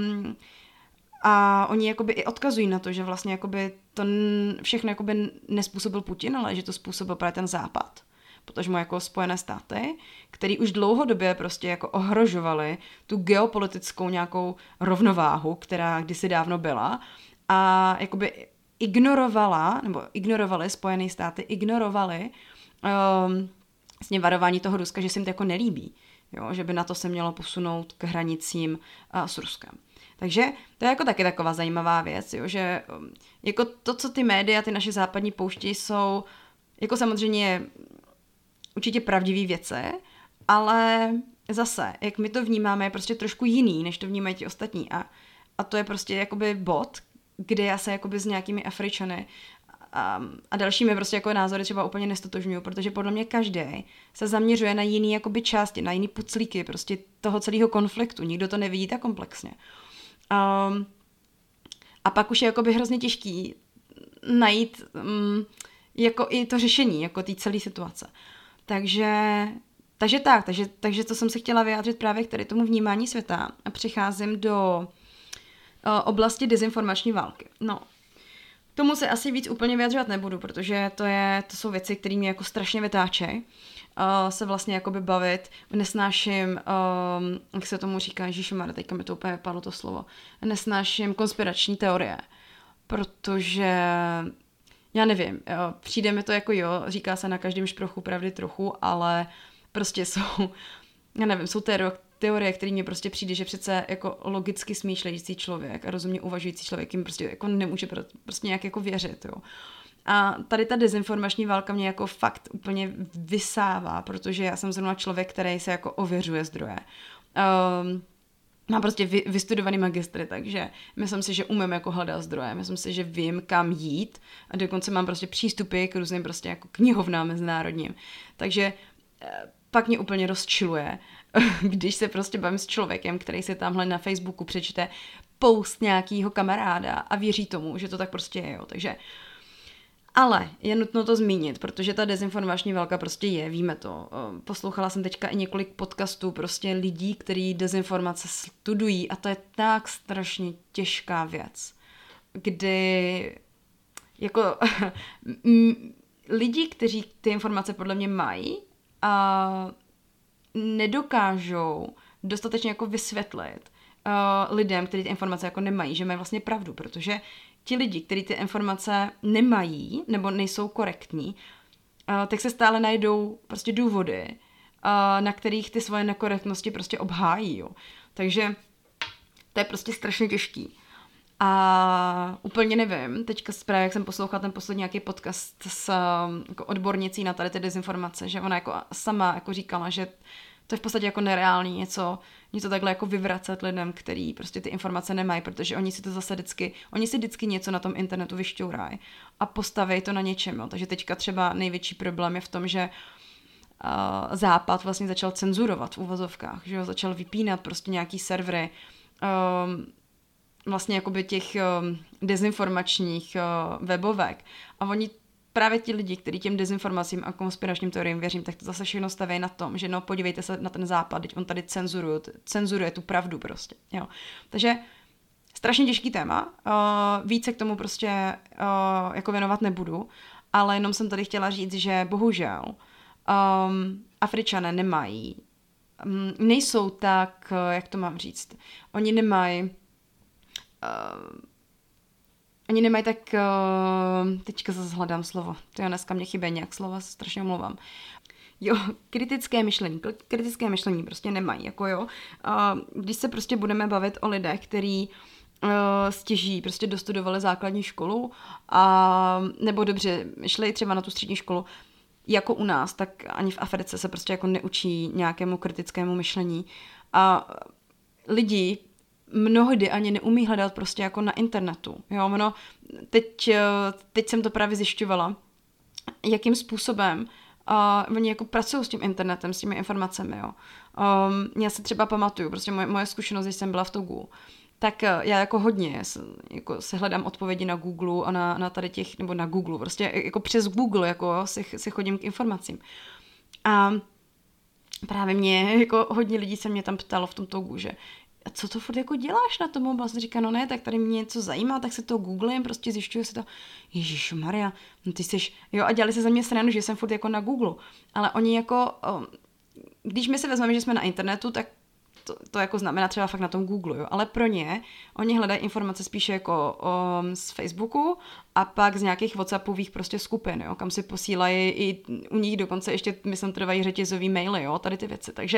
A oni jakoby i odkazují na to, že vlastně jakoby to všechno jakoby nespůsobil Putin, ale že to způsobil právě ten západ, protože mu jako Spojené státy, který už dlouhodobě prostě jako ohrožovali tu geopolitickou nějakou rovnováhu, která kdysi dávno byla a jakoby ignorovala, nebo ignorovali Spojené státy, ignorovali um, vlastně varování toho Ruska, že se jim to jako nelíbí, jo, že by na to se mělo posunout k hranicím uh, s Ruskem. Takže to je jako taky taková zajímavá věc, jo, že jako to, co ty média, ty naše západní poušti jsou jako samozřejmě určitě pravdivý věci, ale zase, jak my to vnímáme, je prostě trošku jiný, než to vnímají ti ostatní. A, a to je prostě jakoby bod, kde já se jakoby s nějakými Afričany a, a dalšími prostě jako názory třeba úplně nestotožňuju, protože podle mě každý se zaměřuje na jiný jakoby části, na jiný puclíky prostě toho celého konfliktu. Nikdo to nevidí tak komplexně. Um, a pak už je jakoby hrozně těžký najít um, jako i to řešení, jako té celé situace. Takže, takže tak, takže, takže to jsem se chtěla vyjádřit právě k tady tomu vnímání světa a přicházím do uh, oblasti dezinformační války. No, tomu se asi víc úplně vyjadřovat nebudu, protože to, je, to jsou věci, které mě jako strašně vytáčejí. Uh, se vlastně jakoby bavit, nesnáším, um, jak se tomu říká, ježišmarja, teďka mi to úplně vypadlo to slovo, nesnáším konspirační teorie, protože já nevím, jo, přijde mi to jako jo, říká se na každém šprochu pravdy trochu, ale prostě jsou, já nevím, jsou teorie, které mě prostě přijde, že přece jako logicky smýšlející člověk a rozumně uvažující člověk jim prostě jako nemůže prostě nějak jako věřit, jo. A tady ta dezinformační válka mě jako fakt úplně vysává, protože já jsem zrovna člověk, který se jako ověřuje zdroje. Um, mám prostě vy, vystudovaný magistry, takže myslím si, že umím jako hledat zdroje, myslím si, že vím, kam jít a dokonce mám prostě přístupy k různým prostě jako knihovnám mezinárodním. Takže pak mě úplně rozčiluje, když se prostě bavím s člověkem, který se tamhle na Facebooku přečte post nějakýho kamaráda a věří tomu, že to tak prostě je, jo. Takže ale je nutno to zmínit, protože ta dezinformační válka prostě je, víme to. Poslouchala jsem teďka i několik podcastů prostě lidí, kteří dezinformace studují a to je tak strašně těžká věc, kdy jako lidi, kteří ty informace podle mě mají a nedokážou dostatečně jako vysvětlit uh, lidem, kteří ty informace jako nemají, že mají vlastně pravdu, protože ti lidi, kteří ty informace nemají nebo nejsou korektní, uh, tak se stále najdou prostě důvody, uh, na kterých ty svoje nekorektnosti prostě obhájí. Jo. Takže to je prostě strašně těžký. A úplně nevím, teďka právě, jak jsem poslouchala ten poslední nějaký podcast s jako odbornicí na tady ty dezinformace, že ona jako sama jako říkala, že to je v podstatě jako nereální něco, něco takhle jako vyvracet lidem, který prostě ty informace nemají, protože oni si to zase vždycky, oni si vždycky něco na tom internetu vyšťourají a postaví to na něčem. Jo. Takže teďka třeba největší problém je v tom, že uh, Západ vlastně začal cenzurovat v uvozovkách, že jo, začal vypínat prostě nějaký servery, um, vlastně jakoby těch um, dezinformačních uh, webovek. A oni právě ti lidi, kteří těm dezinformacím a konspiračním teoriím věřím, tak to zase všechno staví na tom, že no podívejte se na ten Západ, teď on tady cenzuruje, cenzuruje tu pravdu prostě. Jo. Takže strašně těžký téma, uh, více k tomu prostě uh, jako věnovat nebudu, ale jenom jsem tady chtěla říct, že bohužel um, Afričané nemají, um, nejsou tak, uh, jak to mám říct, oni nemají Uh, oni nemají tak, uh, teďka zase hledám slovo, to jo, dneska mě chybí nějak slova, se strašně omlouvám. Jo, kritické myšlení, kritické myšlení prostě nemají, jako jo. Uh, když se prostě budeme bavit o lidech, který uh, stěží, prostě dostudovali základní školu a nebo dobře, šli třeba na tu střední školu, jako u nás, tak ani v Africe se prostě jako neučí nějakému kritickému myšlení a lidi mnohdy ani neumí hledat prostě jako na internetu. Jo, ono, teď, teď jsem to právě zjišťovala, jakým způsobem uh, oni jako pracují s tím internetem, s těmi informacemi. Jo. Um, já se třeba pamatuju, prostě moje, moje zkušenost, když jsem byla v Togu, tak uh, já jako hodně jako se hledám odpovědi na Google a na, na tady těch, nebo na Google, prostě jako přes Google jako si, si chodím k informacím. A právě mě, jako hodně lidí se mě tam ptalo v tom Togu, že a co to furt jako děláš na tom mobilu? Jsem říká, no ne, tak tady mě něco zajímá, tak se to googlím, prostě zjišťuju se to. Ježišmarja, no ty jsi, jo, a dělali se za mě sranu, že jsem furt jako na Google. Ale oni jako, když my si vezmeme, že jsme na internetu, tak to, to jako znamená třeba fakt na tom Google, jo. Ale pro ně, oni hledají informace spíše jako um, z Facebooku a pak z nějakých WhatsAppových prostě skupin, jo, kam si posílají i u nich dokonce ještě, myslím, trvají řetězový maily, jo, tady ty věci. Takže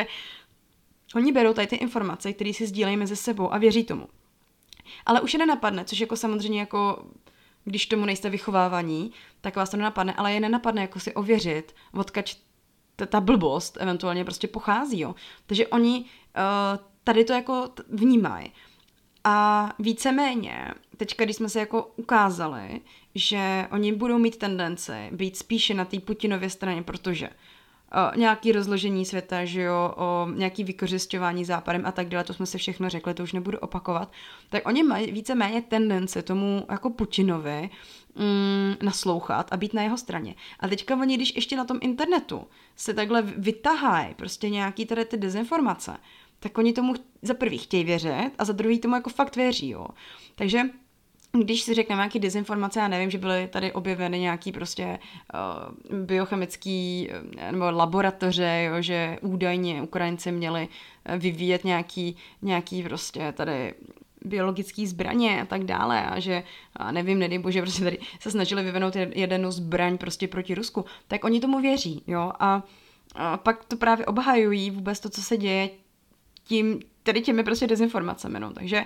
oni berou tady ty informace, které si sdílejí mezi sebou a věří tomu. Ale už je nenapadne, což jako samozřejmě jako, když tomu nejste vychovávaní, tak vás to nenapadne, ale je nenapadne jako si ověřit, odkač ta blbost eventuálně prostě pochází, jo. Takže oni uh, tady to jako vnímají. A víceméně, teďka, když jsme se jako ukázali, že oni budou mít tendenci být spíše na té Putinově straně, protože O, nějaký rozložení světa, že jo, o nějaký vykořisťování západem a tak dále, to jsme si všechno řekli, to už nebudu opakovat, tak oni mají víceméně tendence tomu jako Putinovi mm, naslouchat a být na jeho straně. A teďka oni, když ještě na tom internetu se takhle vytahají prostě nějaký tady ty dezinformace, tak oni tomu za prvý chtějí věřit a za druhý tomu jako fakt věří, jo. Takže když si řekneme nějaký dezinformace, já nevím, že byly tady objeveny nějaký prostě uh, biochemický uh, nebo laboratoře, jo, že údajně Ukrajinci měli vyvíjet nějaký, nějaký prostě tady biologický zbraně a tak dále a že, a nevím, nedej bože, prostě tady se snažili vyvinout jednu zbraň prostě proti Rusku, tak oni tomu věří, jo, a, a pak to právě obhajují vůbec to, co se děje tím, tady těmi prostě dezinformacemi, no, takže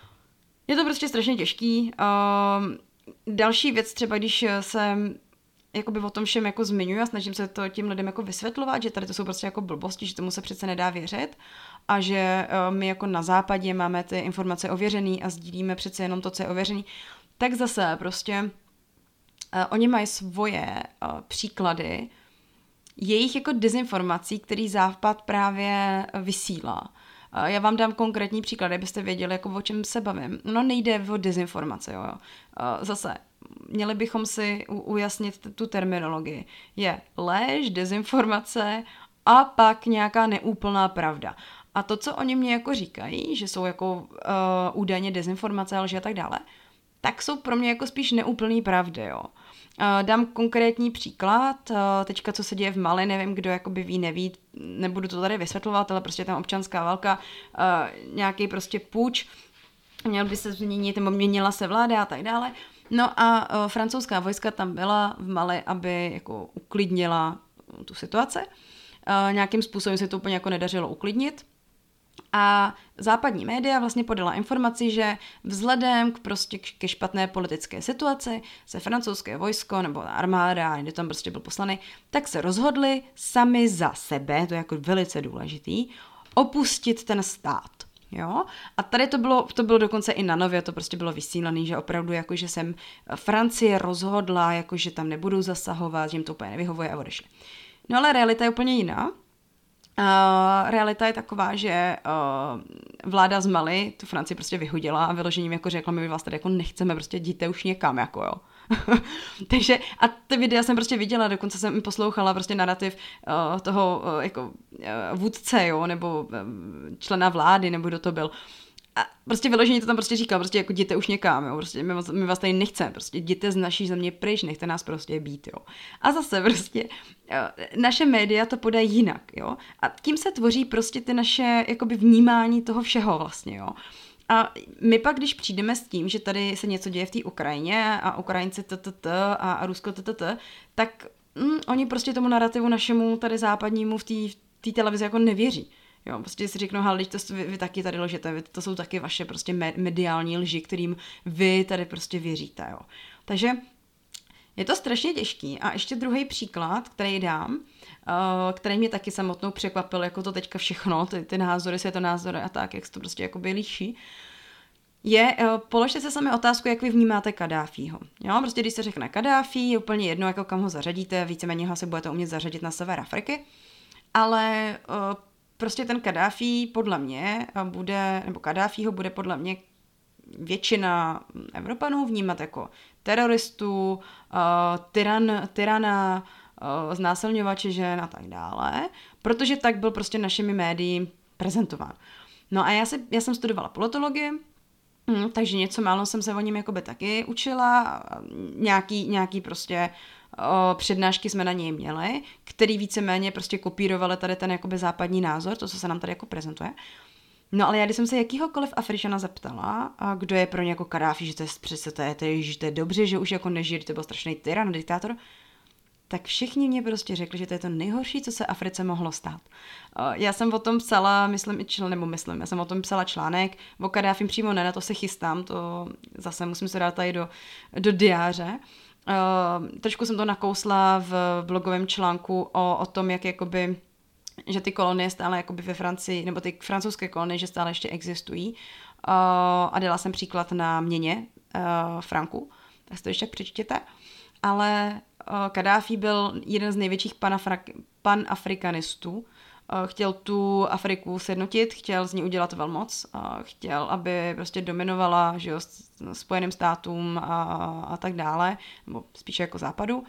je to prostě strašně těžký. Uh, další věc třeba, když se jakoby o tom všem jako zmiňuji a snažím se to tím lidem jako vysvětlovat, že tady to jsou prostě jako blbosti, že tomu se přece nedá věřit a že uh, my jako na západě máme ty informace ověřený a sdílíme přece jenom to, co je ověřený, tak zase prostě uh, oni mají svoje uh, příklady jejich jako dezinformací, který západ právě vysílá. Já vám dám konkrétní příklad, abyste věděli, jako o čem se bavím. No nejde o dezinformace, jo. Zase, měli bychom si ujasnit tu terminologii. Je lež, dezinformace a pak nějaká neúplná pravda. A to, co oni mě jako říkají, že jsou jako uh, údajně dezinformace, lži a tak dále, tak jsou pro mě jako spíš neúplný pravdy, jo. Uh, dám konkrétní příklad, uh, teďka co se děje v Mali, nevím, kdo jakoby ví, neví, nebudu to tady vysvětlovat, ale prostě tam občanská válka, uh, nějaký prostě půjč, měl by se změnit, nebo měnila se vláda a tak dále. No a uh, francouzská vojska tam byla v Mali, aby jako uklidnila tu situaci. Uh, nějakým způsobem se to úplně jako nedařilo uklidnit. A západní média vlastně podala informaci, že vzhledem k prostě ke špatné politické situaci se francouzské vojsko nebo armáda, kde tam prostě byl poslaný, tak se rozhodli sami za sebe, to je jako velice důležitý, opustit ten stát. Jo? A tady to bylo, to bylo dokonce i na Nově, to prostě bylo vysílané, že opravdu jako, že jsem Francie rozhodla, jako, že tam nebudou zasahovat, že jim to úplně nevyhovuje a odešli. No ale realita je úplně jiná. Uh, realita je taková, že uh, vláda z Mali tu Francii prostě vyhodila a vyložením jako řekla, my vás tady jako nechceme, prostě jděte už někam, jako jo. Takže a ty videa jsem prostě viděla, dokonce jsem poslouchala prostě narrativ uh, toho uh, jako uh, vůdce, jo, nebo uh, člena vlády, nebo kdo to byl. A prostě vyloženě to tam prostě říkal, prostě jako jděte už někam, jo, prostě my vás, my vás tady nechceme, prostě jděte z naší země pryč, nechte nás prostě být, jo. A zase prostě naše média to podají jinak, jo. A tím se tvoří prostě ty naše jakoby vnímání toho všeho vlastně, jo. A my pak, když přijdeme s tím, že tady se něco děje v té Ukrajině a Ukrajinci ttt a Rusko ttt, tak mm, oni prostě tomu narrativu našemu tady západnímu v té televizi jako nevěří. Jo, prostě si řeknou, hele, to vy, vy taky tady lžete, vy, to jsou taky vaše prostě mediální lži, kterým vy tady prostě věříte, jo. Takže je to strašně těžký. A ještě druhý příklad, který dám, uh, který mě taky samotnou překvapil, jako to teďka všechno, ty, ty názory, světonázory a tak, jak se to prostě jakoby líší, je, uh, položte se sami otázku, jak vy vnímáte Kaddáfího. Jo, prostě když se řekne Kaddáfí, je úplně jedno, jako kam ho zařadíte, víceméně ho se budete umět zařadit na sever Afriky, ale uh, prostě ten Kaddáfí podle mě bude, nebo Kaddáfího bude podle mě většina Evropanů vnímat jako teroristu, uh, tyran, tyrana, uh, znásilňovače žen a tak dále, protože tak byl prostě našimi médii prezentován. No a já, si, já jsem studovala politologii, hm, takže něco málo jsem se o něm jakoby taky učila, nějaký, nějaký prostě O, přednášky jsme na něj měli, který víceméně prostě kopírovali tady ten jakoby západní názor, to, co se nám tady jako prezentuje. No ale já, když jsem se jakýhokoliv Afričana zeptala, a kdo je pro ně jako Kaddáfí, že to je přece to je, to je, že to je dobře, že už jako nežije, to byl strašný tyran, diktátor, tak všichni mě prostě řekli, že to je to nejhorší, co se Africe mohlo stát. O, já jsem o tom psala, myslím i čl, nebo myslím, já jsem o tom psala článek, o Kaddáfím přímo ne, na to se chystám, to zase musím se dát tady do, do diáře. Uh, trošku jsem to nakousla v blogovém článku o, o tom, jak jakoby, že ty kolonie stále jakoby ve Francii, nebo ty francouzské kolonie, že stále ještě existují. Uh, a dala jsem příklad na měně uh, franku, tak si to ještě přečtěte. Ale uh, Kaddáfí byl jeden z největších panafra- panafrikanistů. Uh, chtěl tu Afriku sjednotit, chtěl z ní udělat velmoc, uh, chtěl, aby prostě dominovala, že jo, Spojeným státům a, a tak dále, nebo spíše jako západu. Uh,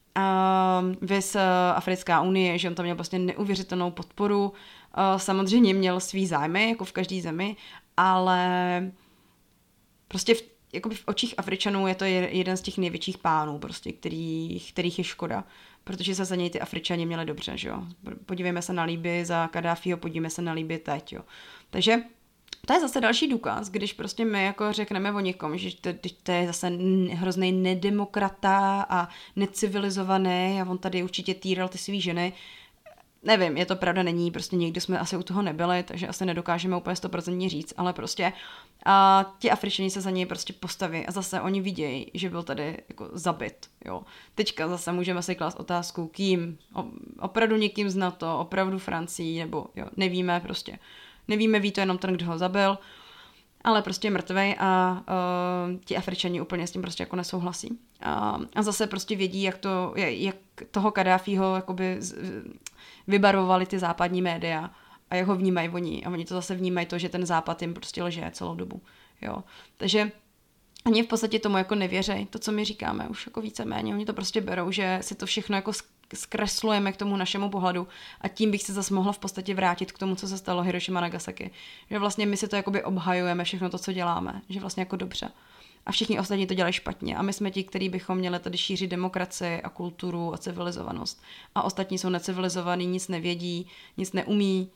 vys uh, Africká unie, že on tam měl prostě neuvěřitelnou podporu, uh, samozřejmě měl svý zájmy, jako v každé zemi, ale prostě v, jakoby v očích Afričanů je to jeden z těch největších pánů, prostě, který, kterých je škoda, protože se za něj ty Afričani měli dobře, že jo. Podívejme se na Libyi za Kaddáfího, podívejme se na Libyi teď, jo. Takže to je zase další důkaz, když prostě my jako řekneme o někom, že to, to je zase hrozný nedemokrata a necivilizovaný a on tady určitě týral ty svý ženy. Nevím, je to pravda, není, prostě někdy jsme asi u toho nebyli, takže asi nedokážeme úplně sto procent říct, ale prostě a ti Afričani se za něj prostě postaví a zase oni vidějí, že byl tady jako zabit, jo. Teďka zase můžeme si klást otázku, kým, o, opravdu někým z NATO, opravdu Francii, nebo jo, nevíme prostě. Nevíme, ví to jenom ten, kdo ho zabil, ale prostě je mrtvej a uh, ti Afričani úplně s tím prostě jako nesouhlasí. Uh, a zase prostě vědí, jak, to, jak toho Kaddáfího jakoby z, vybarovali ty západní média a jak ho vnímají oni. A oni to zase vnímají to, že ten západ jim prostě lže celou dobu. Jo. Takže oni v podstatě tomu jako nevěří, to, co my říkáme, už jako víceméně. Oni to prostě berou, že si to všechno jako zkreslujeme k tomu našemu pohledu a tím bych se zase mohla v podstatě vrátit k tomu, co se stalo Hirošima Nagasaki. Že vlastně my si to jakoby obhajujeme všechno to, co děláme, že vlastně jako dobře. a všichni ostatní to dělají špatně. A my jsme ti, kteří bychom měli tady šířit demokracii a kulturu a civilizovanost. A ostatní jsou necivilizovaní, nic nevědí, nic neumí.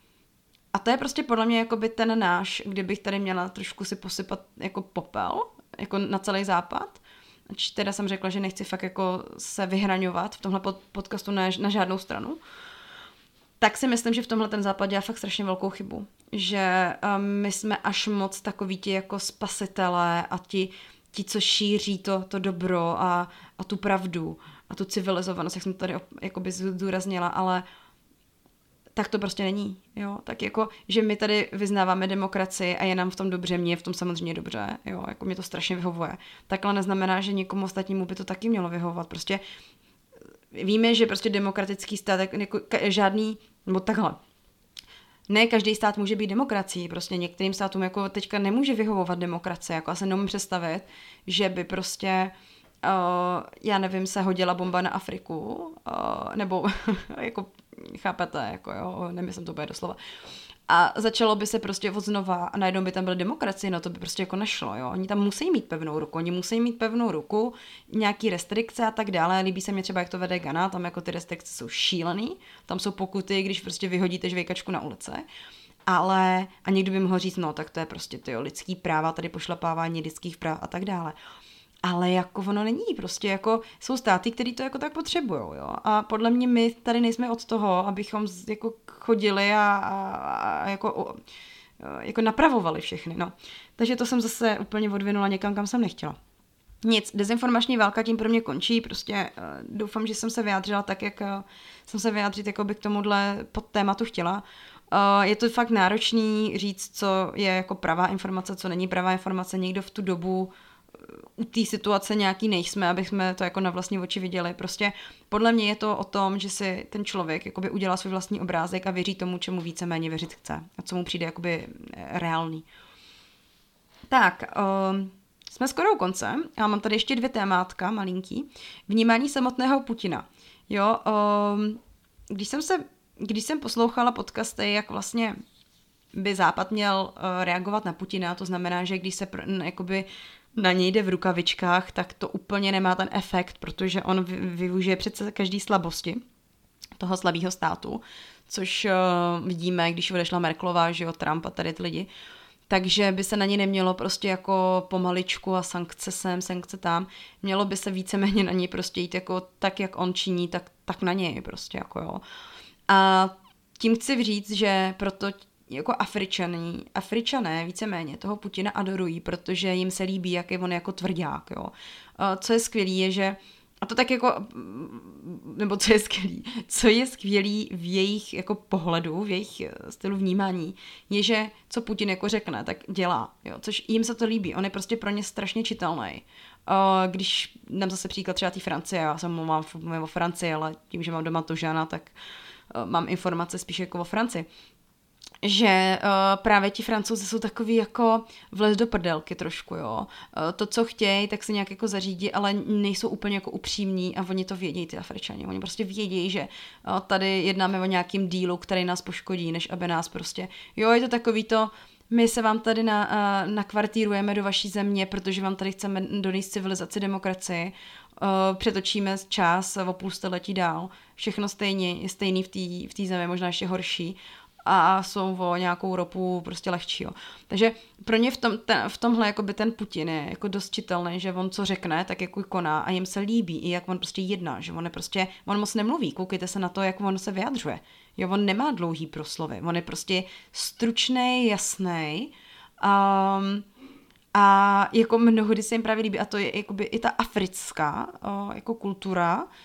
A to je prostě podle mě jakoby ten náš, kdybych tady měla trošku si posypat jako popel, jako na celý západ. Ač teda jsem řekla, že nechci fakt jako se vyhraňovat v tomhle podcastu na, na žádnou stranu. Tak si myslím, že v tomhle ten západ dělá fakt strašně velkou chybu. Že um, my jsme až moc takoví ti jako spasitelé a ti, ti co šíří to, to dobro a, a tu pravdu a tu civilizovanost, jak jsem to tady jakoby zdůraznila, ale tak to prostě není. Jo? Tak jako, že my tady vyznáváme demokracii a je nám v tom dobře, mě je v tom samozřejmě dobře, jo? Jako mě to strašně vyhovuje. Takhle neznamená, že někomu ostatnímu by to taky mělo vyhovovat. Prostě víme, že prostě demokratický stát, jako žádný, nebo takhle, ne každý stát může být demokracií, prostě některým státům jako teďka nemůže vyhovovat demokracie, jako já se nemůžu představit, že by prostě, uh, já nevím, se hodila bomba na Afriku, uh, nebo jako, chápete, jako jo, nemyslím to bude doslova, a začalo by se prostě od znova a najednou by tam byly demokracie, no to by prostě jako nešlo, jo. Oni tam musí mít pevnou ruku, oni musí mít pevnou ruku, nějaký restrikce a tak dále. Líbí se mi třeba, jak to vede Ghana, tam jako ty restrikce jsou šílený, tam jsou pokuty, když prostě vyhodíte žvejkačku na ulici. Ale, a někdo by mohl říct, no tak to je prostě tyjo, lidský práva, tady pošlapávání lidských práv a tak dále. Ale jako ono není, prostě jako jsou státy, které to jako tak potřebujou, jo. A podle mě my tady nejsme od toho, abychom jako chodili a, a, a jako, jako napravovali všechny, no. Takže to jsem zase úplně odvinula někam, kam jsem nechtěla. Nic, dezinformační válka tím pro mě končí, prostě uh, doufám, že jsem se vyjádřila tak, jak uh, jsem se vyjádřit jako by k tomuhle podtématu chtěla. Uh, je to fakt náročný říct, co je jako pravá informace, co není pravá informace, někdo v tu dobu u té situace nějaký nejsme, aby jsme to jako na vlastní oči viděli. Prostě podle mě je to o tom, že si ten člověk jakoby udělá svůj vlastní obrázek a věří tomu, čemu víceméně věřit chce a co mu přijde jakoby reálný. Tak, um, jsme skoro u konce a mám tady ještě dvě témátka malinký. Vnímání samotného Putina. Jo, um, když jsem se, když jsem poslouchala podcasty, jak vlastně by Západ měl uh, reagovat na Putina, to znamená, že když se pr- jakoby na něj jde v rukavičkách, tak to úplně nemá ten efekt, protože on využije přece každý slabosti toho slabého státu, což uh, vidíme, když odešla Merkelová, že jo, Trump a tady ty lidi. Takže by se na ně nemělo prostě jako pomaličku a sankce sem, sankce tam. Mělo by se víceméně na něj prostě jít jako tak, jak on činí, tak, tak na něj prostě jako jo. A tím chci říct, že proto jako Afričané, Afričané víceméně toho Putina adorují, protože jim se líbí, jak je on jako tvrdák, jo. Co je skvělý je, že a to tak jako, nebo co je skvělý, co je skvělý v jejich jako pohledu, v jejich stylu vnímání, je, že co Putin jako řekne, tak dělá, jo, což jim se to líbí, on je prostě pro ně strašně čitelný. Když dám zase příklad třeba té Francie, já jsem mluvím o Francii, ale tím, že mám doma Tožana, tak mám informace spíš jako o Francii. Že uh, právě ti Francouzi jsou takový jako vlez do prdelky trošku, jo. Uh, to, co chtějí, tak se nějak jako zařídí, ale nejsou úplně jako upřímní a oni to vědí, ty Afričani. Oni prostě vědí, že uh, tady jednáme o nějakým dílu, který nás poškodí, než aby nás prostě, jo, je to takový to, my se vám tady na, uh, nakvartírujeme do vaší země, protože vám tady chceme donést civilizaci, demokracii, uh, přetočíme čas o půl století dál, všechno stejně, je stejný v té v té zemi, možná ještě horší, a jsou o nějakou ropu prostě lehčí. Jo. Takže pro ně v, tom, ten, v tomhle jakoby ten Putin je jako dost čitelný, že on co řekne, tak jako koná a jim se líbí i jak on prostě jedná, že on je prostě, on moc nemluví, koukejte se na to, jak on se vyjadřuje. Jo, on nemá dlouhý proslovy, on je prostě stručný, jasný um, a jako mnohdy se jim právě líbí a to je jakoby i ta africká uh, jako kultura, uh,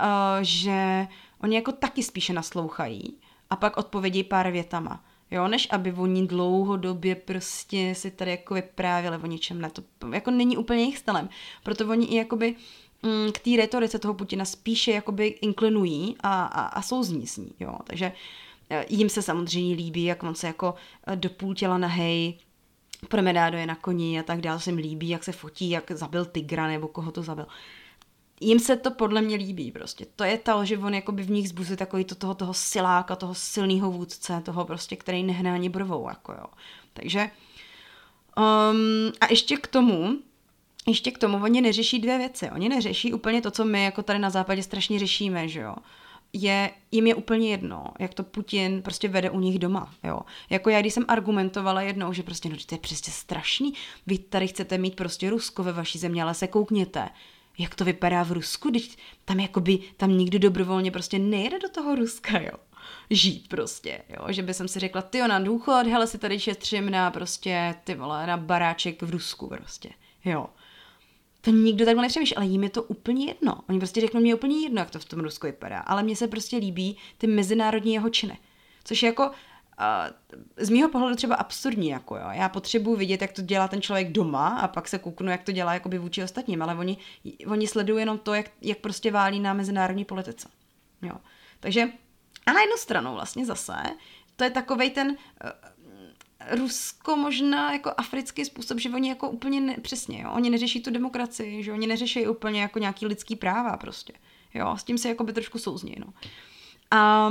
že oni jako taky spíše naslouchají a pak odpovědí pár větama. Jo, než aby oni dlouhodobě prostě si tady jako vyprávěli o ničem. Ne, to jako není úplně jejich stylem. Proto oni i jakoby mm, k té retorice toho Putina spíše jakoby inklinují a, a, a souzní s ní. Jo. Takže jim se samozřejmě líbí, jak on se jako do půl těla nahej promenáduje na koni a tak dále. Se jim líbí, jak se fotí, jak zabil tygra nebo koho to zabil. Jim se to podle mě líbí prostě. To je to, že on jakoby v nich zbuzuje takový to toho, toho siláka, toho silného vůdce, toho prostě, který nehne ani brvou, jako jo. Takže um, a ještě k tomu, ještě k tomu, oni neřeší dvě věci. Oni neřeší úplně to, co my jako tady na západě strašně řešíme, že jo. Je, jim je úplně jedno, jak to Putin prostě vede u nich doma, jo. Jako já, když jsem argumentovala jednou, že prostě, no to je prostě strašný, vy tady chcete mít prostě Rusko ve vaší zemi, ale se koukněte, jak to vypadá v Rusku, když tam jakoby, tam nikdo dobrovolně prostě nejede do toho Ruska, jo. Žít prostě, jo, že by jsem si řekla, tyjo, na důchod, hele, si tady šetřím na prostě, ty vole, na baráček v Rusku prostě, jo. To nikdo takhle nepřemýšlí, ale jim je to úplně jedno. Oni prostě řeknou, mě je úplně jedno, jak to v tom Rusku vypadá, ale mně se prostě líbí ty mezinárodní jeho činy. Což je jako uh, z mýho pohledu třeba absurdní, jako jo. Já potřebuji vidět, jak to dělá ten člověk doma a pak se kouknu, jak to dělá jakoby vůči ostatním, ale oni, oni sledují jenom to, jak, jak prostě válí na mezinárodní politice. Jo. Takže a na jednu stranu vlastně zase, to je takovej ten uh, Rusko možná jako africký způsob, že oni jako úplně ne, přesně, jo, oni neřeší tu demokracii, že oni neřeší úplně jako nějaký lidský práva prostě, jo, s tím se jako by trošku souzní, no. A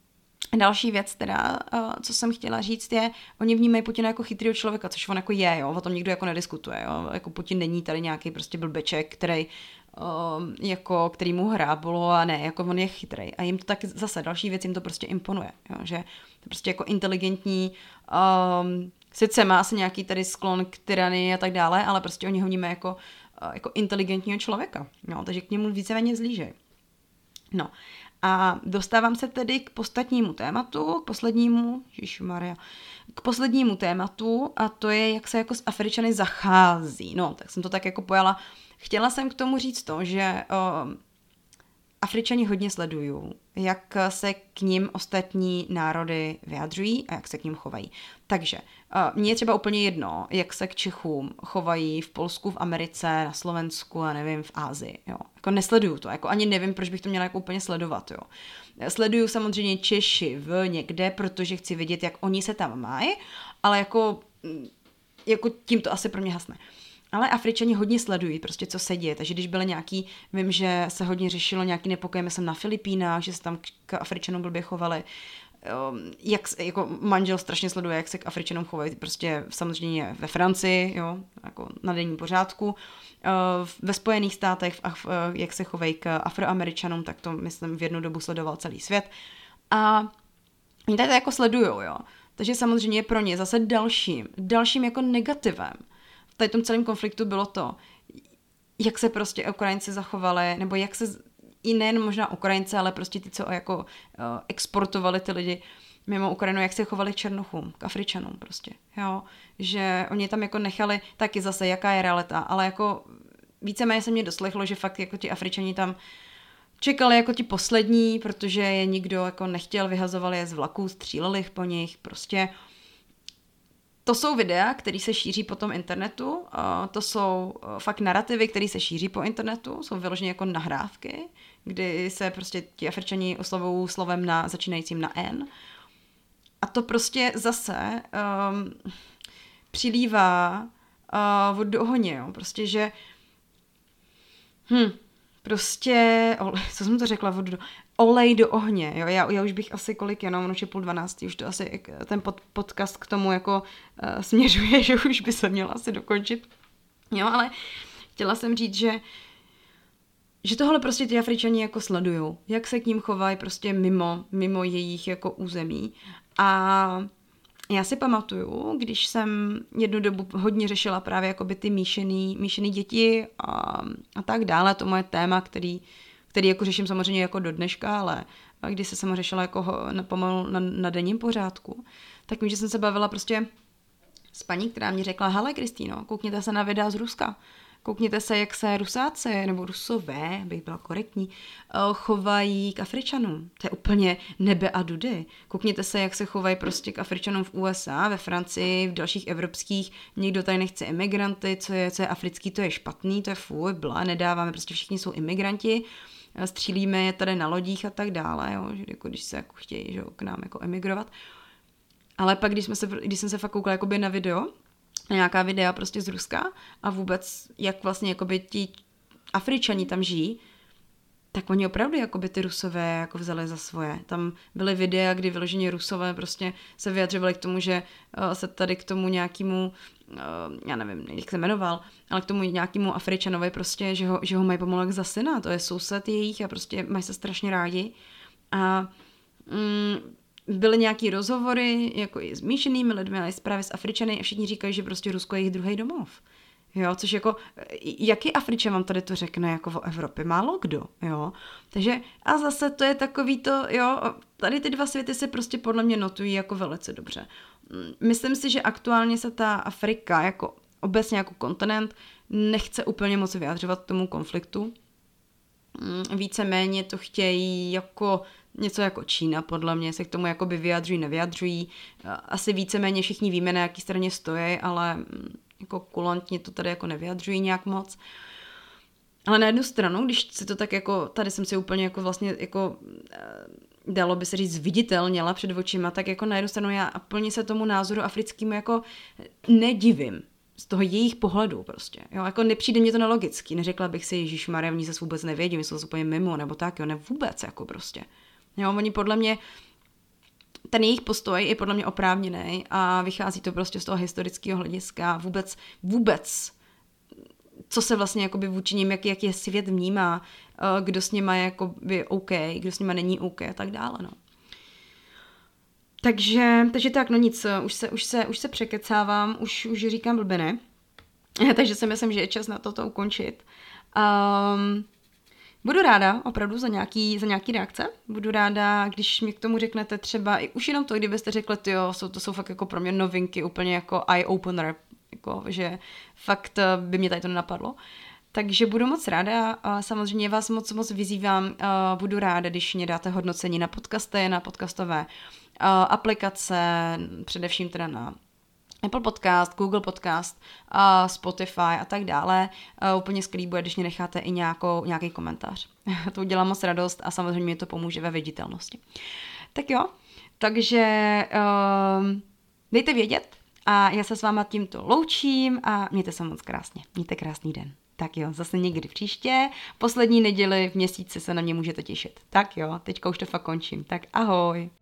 další věc teda, co jsem chtěla říct je, oni vnímají Putina jako chytrýho člověka, což on jako je, jo, o tom nikdo jako nediskutuje, jo, jako Putin není tady nějaký prostě blbeček, který Um, jako, který mu hráblo a ne, jako on je chytrej. A jim to tak zase další věc jim to prostě imponuje, jo, že to prostě jako inteligentní, um, sice má asi nějaký tady sklon k tyranii a tak dále, ale prostě oni ho vnímají jako, uh, jako inteligentního člověka, jo, takže k němu víceméně zlížej. No a dostávám se tedy k poslednímu tématu, k poslednímu, ježišmarja, k poslednímu tématu a to je, jak se jako s Afričany zachází. No, tak jsem to tak jako pojala. Chtěla jsem k tomu říct to, že uh, Afričani hodně sledují, jak se k nim ostatní národy vyjadřují a jak se k ním chovají. Takže uh, mně je třeba úplně jedno, jak se k Čechům chovají v Polsku, v Americe, na Slovensku a nevím, v Ázii. Jo. Jako nesleduju to, jako ani nevím, proč bych to měla jako úplně sledovat. Jo. Sleduju samozřejmě Češi v někde, protože chci vidět, jak oni se tam mají, ale jako, jako tím to asi pro mě hasne. Ale Afričani hodně sledují prostě, co se děje. Takže když byly nějaký, vím, že se hodně řešilo nějaký nepokoj, myslím na Filipínách, že se tam k Afričanům blbě chovali. Jak, jako manžel strašně sleduje, jak se k Afričanům chovají, prostě samozřejmě ve Francii, jo, jako na denním pořádku. Ve Spojených státech, jak se chovají k Afroameričanům, tak to, myslím, v jednu dobu sledoval celý svět. A oni tady to jako sledujou, jo. Takže samozřejmě pro ně zase dalším, dalším jako negativem v tady tom celém konfliktu bylo to, jak se prostě Ukrajinci zachovali, nebo jak se, i nejen možná Ukrajinci, ale prostě ty, co jako uh, exportovali ty lidi mimo Ukrajinu, jak se chovali k Černochům, k Afričanům prostě, jo, že oni tam jako nechali, taky zase, jaká je realita, ale jako víceméně se mě doslechlo, že fakt jako ti Afričani tam čekali jako ti poslední, protože je nikdo jako nechtěl, vyhazovali je z vlaků, stříleli po nich, prostě. To jsou videa, které se šíří po tom internetu, to jsou fakt narrativy, které se šíří po internetu, jsou vyloženě jako nahrávky, kdy se prostě ti Afričani oslovují slovem na, začínajícím na N. A to prostě zase um, přilívá uh, vodu do ohně, jo. Prostě, že hm, prostě, co jsem to řekla, vodu do, olej do ohně, jo, já, já už bych asi kolik jenom, už je půl dvanáctý, už to asi ten pod, podcast k tomu jako uh, směřuje, že už by se měla asi dokončit, jo, ale chtěla jsem říct, že že tohle prostě ty Afričani jako sledujou, jak se k ním chovají prostě mimo, mimo jejich jako území. A já si pamatuju, když jsem jednu dobu hodně řešila právě jakoby ty míšený, míšený děti a, a tak dále, to moje téma, který, který jako řeším samozřejmě jako do dneška, ale když se jsem řešila jako na, pomalu na, na denním pořádku, tak vím, že jsem se bavila prostě s paní, která mě řekla, hele Kristýno, koukněte se na videa z Ruska. Koukněte se, jak se Rusáci, nebo Rusové, bych byla korektní, chovají k Afričanům. To je úplně nebe a dudy. Koukněte se, jak se chovají prostě k Afričanům v U S A, ve Francii, v dalších evropských. Nikdo tady nechce imigranty, co je, co je africký, to je špatný, to je fuj, bla, nedáváme, prostě všichni jsou imigranti, střílíme je tady na lodích a tak dále, jo, že jako když se jako chtějí, že, k nám jako emigrovat. Ale pak, když, jsme se, když jsem se fakt koukala jakoby na video, nějaká videa prostě z Ruska a vůbec, jak vlastně jakoby ti Afričani tam žijí, tak oni opravdu jako by ty Rusové jako vzali za svoje. Tam byly videa, kdy vyloženě Rusové prostě se vyjadřovali k tomu, že uh, se tady k tomu nějakému, uh, já nevím, jak se jmenoval, ale k tomu nějakému Afričanovi prostě, že ho, že ho mají pomalu jak za syna, to je soused jejich a prostě mají se strašně rádi. A mm, byly nějaký rozhovory jako i s míšenými lidmi, ale i právě s Afričany a všichni říkají, že prostě Rusko je jejich druhý domov. Jo, což jako, jaký Afričan vám tady to řekne jako o Evropě? Málo kdo, jo. Takže a zase to je takový to, jo, tady ty dva světy se prostě podle mě notují jako velice dobře. Myslím si, že aktuálně se ta Afrika jako obecně jako kontinent nechce úplně moc vyjadřovat k tomu konfliktu. Víceméně to chtějí jako něco jako Čína, podle mě, se k tomu jakoby vyjadřují, nevyjadřují. Asi víceméně všichni víme, na jaký straně stojí, ale jako kulantně to tady jako nevyjadřují nějak moc. Ale na jednu stranu, když si to tak jako, tady jsem si úplně jako vlastně jako dalo by se říct zviditelněla před očima, tak jako na jednu stranu já plně se tomu názoru africkému jako nedivím. Z toho jejich pohledu prostě. Jo, jako nepřijde mě to nelogický. Neřekla bych si, ježišmarja, oni se vůbec nevědí, my jsou úplně mimo, nebo tak, jo, ne vůbec, jako prostě. Jo, oni podle mě, ten jejich postoj je podle mě oprávněný a vychází to prostě z toho historického hlediska. Vůbec, vůbec, co se vlastně jakoby vůči ním, jak, jak je svět vnímá, kdo s nima je jakoby OK, kdo s nima není OK a tak dále, no. Takže, takže tak, no nic, už se, už se, už se překecávám, už, už říkám blbiny, takže si myslím, že je čas na toto ukončit. Um, budu ráda opravdu za nějaký, za nějaký reakce, budu ráda, když mi k tomu řeknete třeba, i už jenom to, kdybyste řekli, tyjo, jsou, to jsou fakt jako pro mě novinky, úplně jako eye-opener, jako, že fakt by mě tady to nenapadlo. Takže budu moc ráda a samozřejmě vás moc, moc vyzývám, budu ráda, když mě dáte hodnocení na podcasty, na podcastové aplikace, především teda na Apple Podcast, Google Podcast, Spotify a tak dále. Úplně skvělý bude, když mě necháte i nějakou, nějaký komentář. To udělá moc radost a samozřejmě mi to pomůže ve viditelnosti. Tak jo, takže um, dejte vědět a já se s váma tímto loučím a mějte se moc krásně. Mějte krásný den. Tak jo, zase někdy příště. Poslední neděli v měsíci se na mě můžete těšit. Tak jo, teďka už to fakt končím. Tak ahoj.